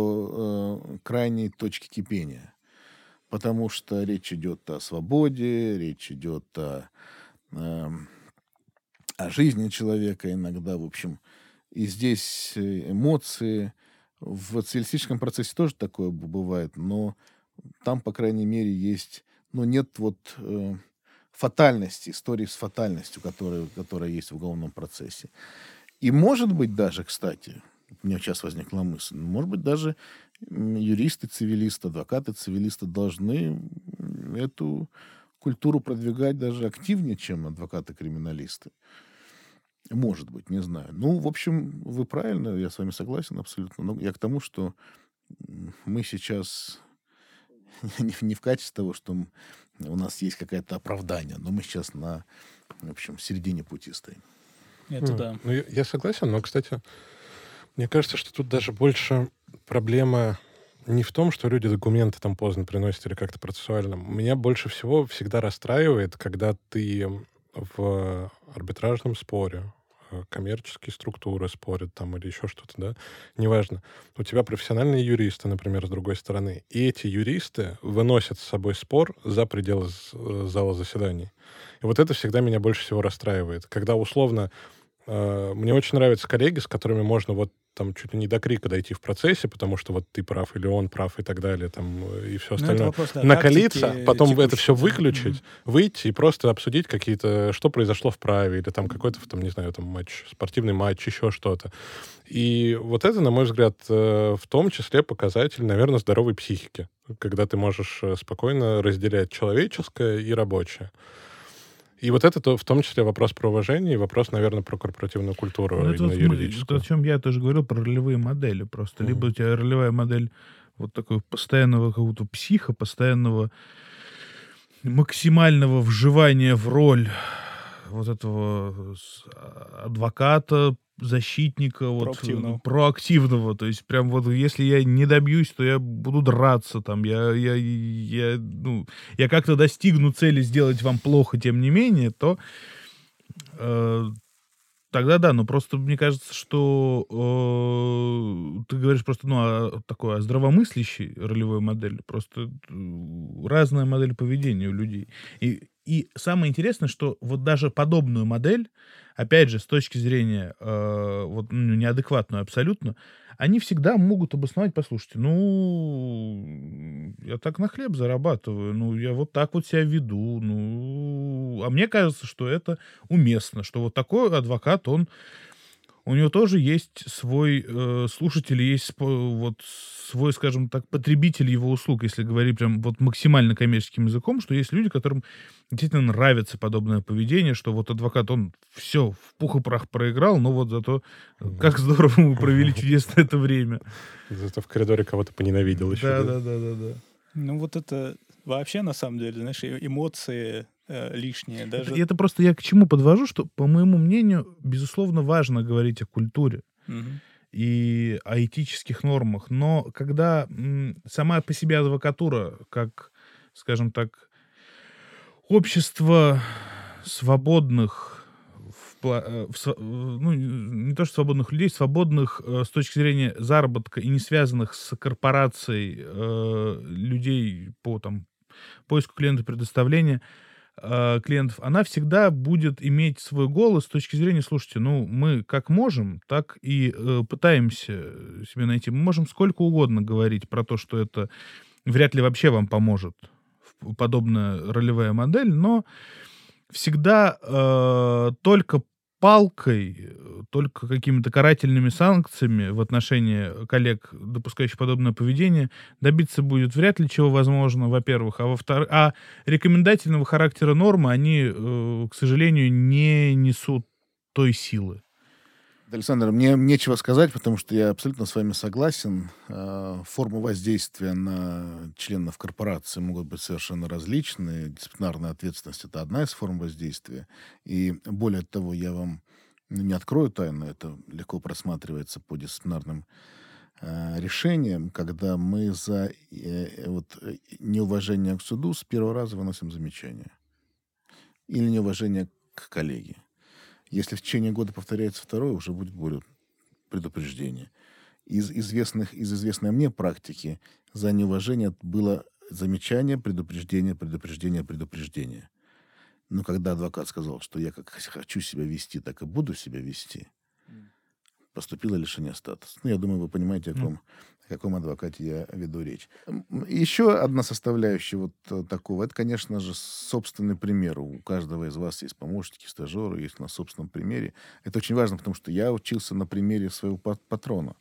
до э, крайней точки кипения. Потому что речь идет о свободе, речь идет о, эм, о жизни человека иногда, в общем. И здесь э, эмоции. В социалистическом процессе тоже такое б- бывает, но там, по крайней мере, есть, ну, нет вот э, фатальности, истории с фатальностью, которая, которая есть в уголовном процессе. И, может быть, даже, кстати, у меня сейчас возникла мысль, может быть, даже м, юристы, цивилисты, адвокаты, цивилисты должны м, эту культуру продвигать даже активнее, чем адвокаты-криминалисты. Может быть, не знаю. Ну, в общем, вы правильно, я с вами согласен абсолютно. Но я к тому, что м, мы сейчас не, в не в качестве того, что м, у нас есть какое-то оправдание, но мы сейчас на, в общем, середине пути стоим. Это М, да. Ну, я, я согласен, но, кстати, мне кажется, что тут даже больше проблема не в том, что люди документы там поздно приносят или как-то процессуально. Меня больше всего всегда расстраивает, когда ты в арбитражном споре, э, коммерческие структуры спорят там или еще что-то, да, неважно. У тебя профессиональные юристы, например, с другой стороны, и эти юристы выносят с собой спор за пределы з- э, зала заседаний. И вот это всегда меня больше всего расстраивает. Когда условно э, мне очень нравятся коллеги, с которыми можно вот там чуть ли не до крика дойти в процессе, потому что вот ты прав или он прав и так далее, там, э, и все Ну, это остальное. вопрос, да, Накалиться, тактики потом это текущей, все да. выключить, Мгм. выйти и просто обсудить какие-то, что произошло в праве, или там какой-то, там, не знаю, там матч, спортивный матч, еще что-то. И вот это, на мой взгляд, э, в том числе показатель, наверное, здоровой психики, когда ты можешь э, спокойно разделять человеческое и рабочее. И вот это то, в том числе вопрос про уважение и вопрос, наверное, про корпоративную Ну, культуру, это именно вот мы, то, о юридическую. чем я тоже говорил, про ролевые модели. Просто либо у Мгм. тебя ролевая модель вот такого постоянного какого-то психа, постоянного максимального вживания в роль вот этого с- а, адвоката, защитника, вот э, Проактивного. проактивного. То есть прям вот если я не добьюсь, то я буду драться там. Я, я, я, ну, я как-то достигну цели сделать вам плохо, тем не менее, то э, тогда да. Но просто мне кажется, что э, ты говоришь просто, ну, о такой, о здравомыслящей ролевой модели. Просто э, разная модель поведения у людей. И, и самое интересное, что вот даже подобную модель, опять же, с точки зрения э, вот, ну, неадекватную абсолютно, они всегда могут обосновать, послушайте, ну, я так на хлеб зарабатываю, ну, я вот так вот себя веду, ну, а мне кажется, что это уместно, что вот такой адвокат, он у него тоже есть свой э, слушатель, есть спо- вот свой, скажем так, потребитель его услуг, если говорить прям вот максимально коммерческим языком, что есть люди, которым действительно нравится подобное поведение, что вот адвокат, он все в пух и прах проиграл, но вот зато э, Мгм. как здорово мы провели чудесное это время. Зато в коридоре кого-то поненавидел еще, Да, да? да, да, да, да. Ну, вот это вообще, на самом деле, знаешь, э- эмоции э, лишние. Это, Даже... это просто я к чему подвожу, что, по моему мнению, безусловно, важно говорить о культуре Мгм. и о этических нормах. Но когда м, сама по себе адвокатура, как, скажем так, общество свободных, в пла- э, в сва- э, ну, не то что свободных людей, свободных э, с точки зрения заработка и не связанных с корпорацией э, людей по там, поиску клиента, предоставления э, клиентов, она всегда будет иметь свой голос с точки зрения, слушайте, ну, мы как можем, так и э, пытаемся себе найти. Мы можем сколько угодно говорить про то, что это вряд ли вообще вам поможет в- подобная ролевая модель, но всегда э, только палкой, э, только какими-то карательными санкциями в отношении коллег, допускающих подобное поведение, добиться будет вряд ли чего возможно, во-первых. А во-вторых, а рекомендательного характера нормы, они, э, к сожалению, не несут той силы. Александр, мне нечего сказать, потому что я абсолютно с вами согласен. Э, Формы воздействия на членов корпорации могут быть совершенно различные. Дисциплинарная ответственность — это одна из форм воздействия. И более того, я вам не открою тайну, это легко просматривается по дисциплинарным э, решениям, когда мы за э, вот, э, неуважение к суду с первого раза выносим замечание. Или неуважение к коллеге. Если в течение года повторяется второе, уже будет более предупреждение. Из известных, из известной мне практики за неуважение было замечание, предупреждение, предупреждение, предупреждение. Но когда адвокат сказал, что я как хочу себя вести, так и буду себя вести, поступило лишение статуса. Ну, я думаю, вы понимаете, о ком, о каком адвокате я веду речь. Еще одна составляющая вот такого, это, конечно же, собственный пример. У каждого из вас есть помощники, стажеры, есть на собственном примере. Это очень важно, потому что я учился на примере своего патрона.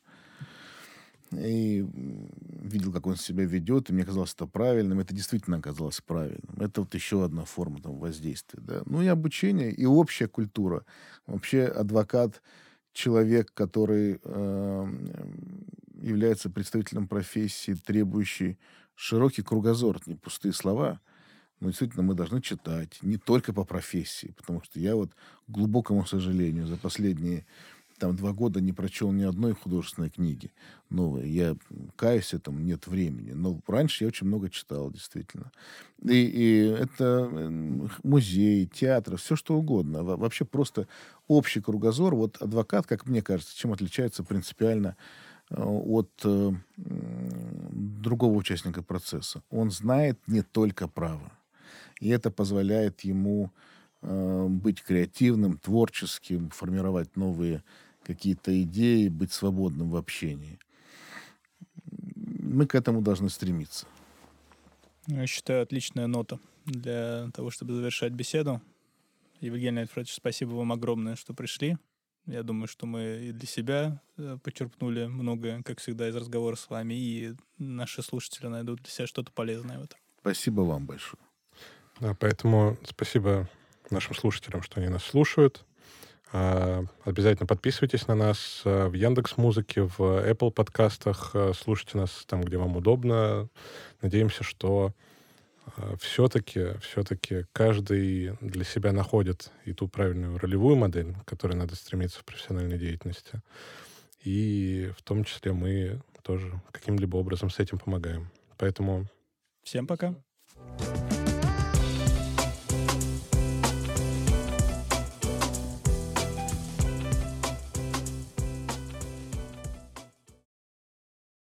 И видел, как он себя ведет, и мне казалось это правильным. Это действительно оказалось правильным. Это вот еще одна форма там, воздействия. Да? Ну и обучение, и общая культура. Вообще адвокат — человек, который э, является представителем профессии, требующей широкий кругозор, это не пустые слова. Но действительно мы должны читать не только по профессии, потому что я вот, к глубокому сожалению, за последние там два года не прочел ни одной художественной книги новой. Я каюсь, этому нет времени. Но раньше я очень много читал, действительно. И, и это музей, театр, все что угодно. Во- Вообще просто общий кругозор. Вот адвокат, как мне кажется, чем отличается принципиально э, от э, м, другого участника процесса. Он знает не только право. И это позволяет ему э, быть креативным, творческим, формировать новые какие-то идеи, быть свободным в общении. Мы к этому должны стремиться. Я считаю, отличная нота для того, чтобы завершать беседу. Евгений Альфредович, спасибо вам огромное, что пришли. Я думаю, что мы и для себя э, почерпнули многое, как всегда, из разговора с вами, и наши слушатели найдут для себя что-то полезное в этом. Спасибо вам большое. Да, поэтому спасибо нашим слушателям, что они нас слушают. А, Обязательно подписывайтесь на нас а, в Яндекс.Музыке, в Apple подкастах. а, Слушайте нас там, где вам удобно. Надеемся, что а, все-таки, все-таки каждый для себя находит и ту правильную ролевую модель, к которой надо стремиться в профессиональной деятельности. И в том числе мы тоже каким-либо образом с этим помогаем. Поэтому Всем пока.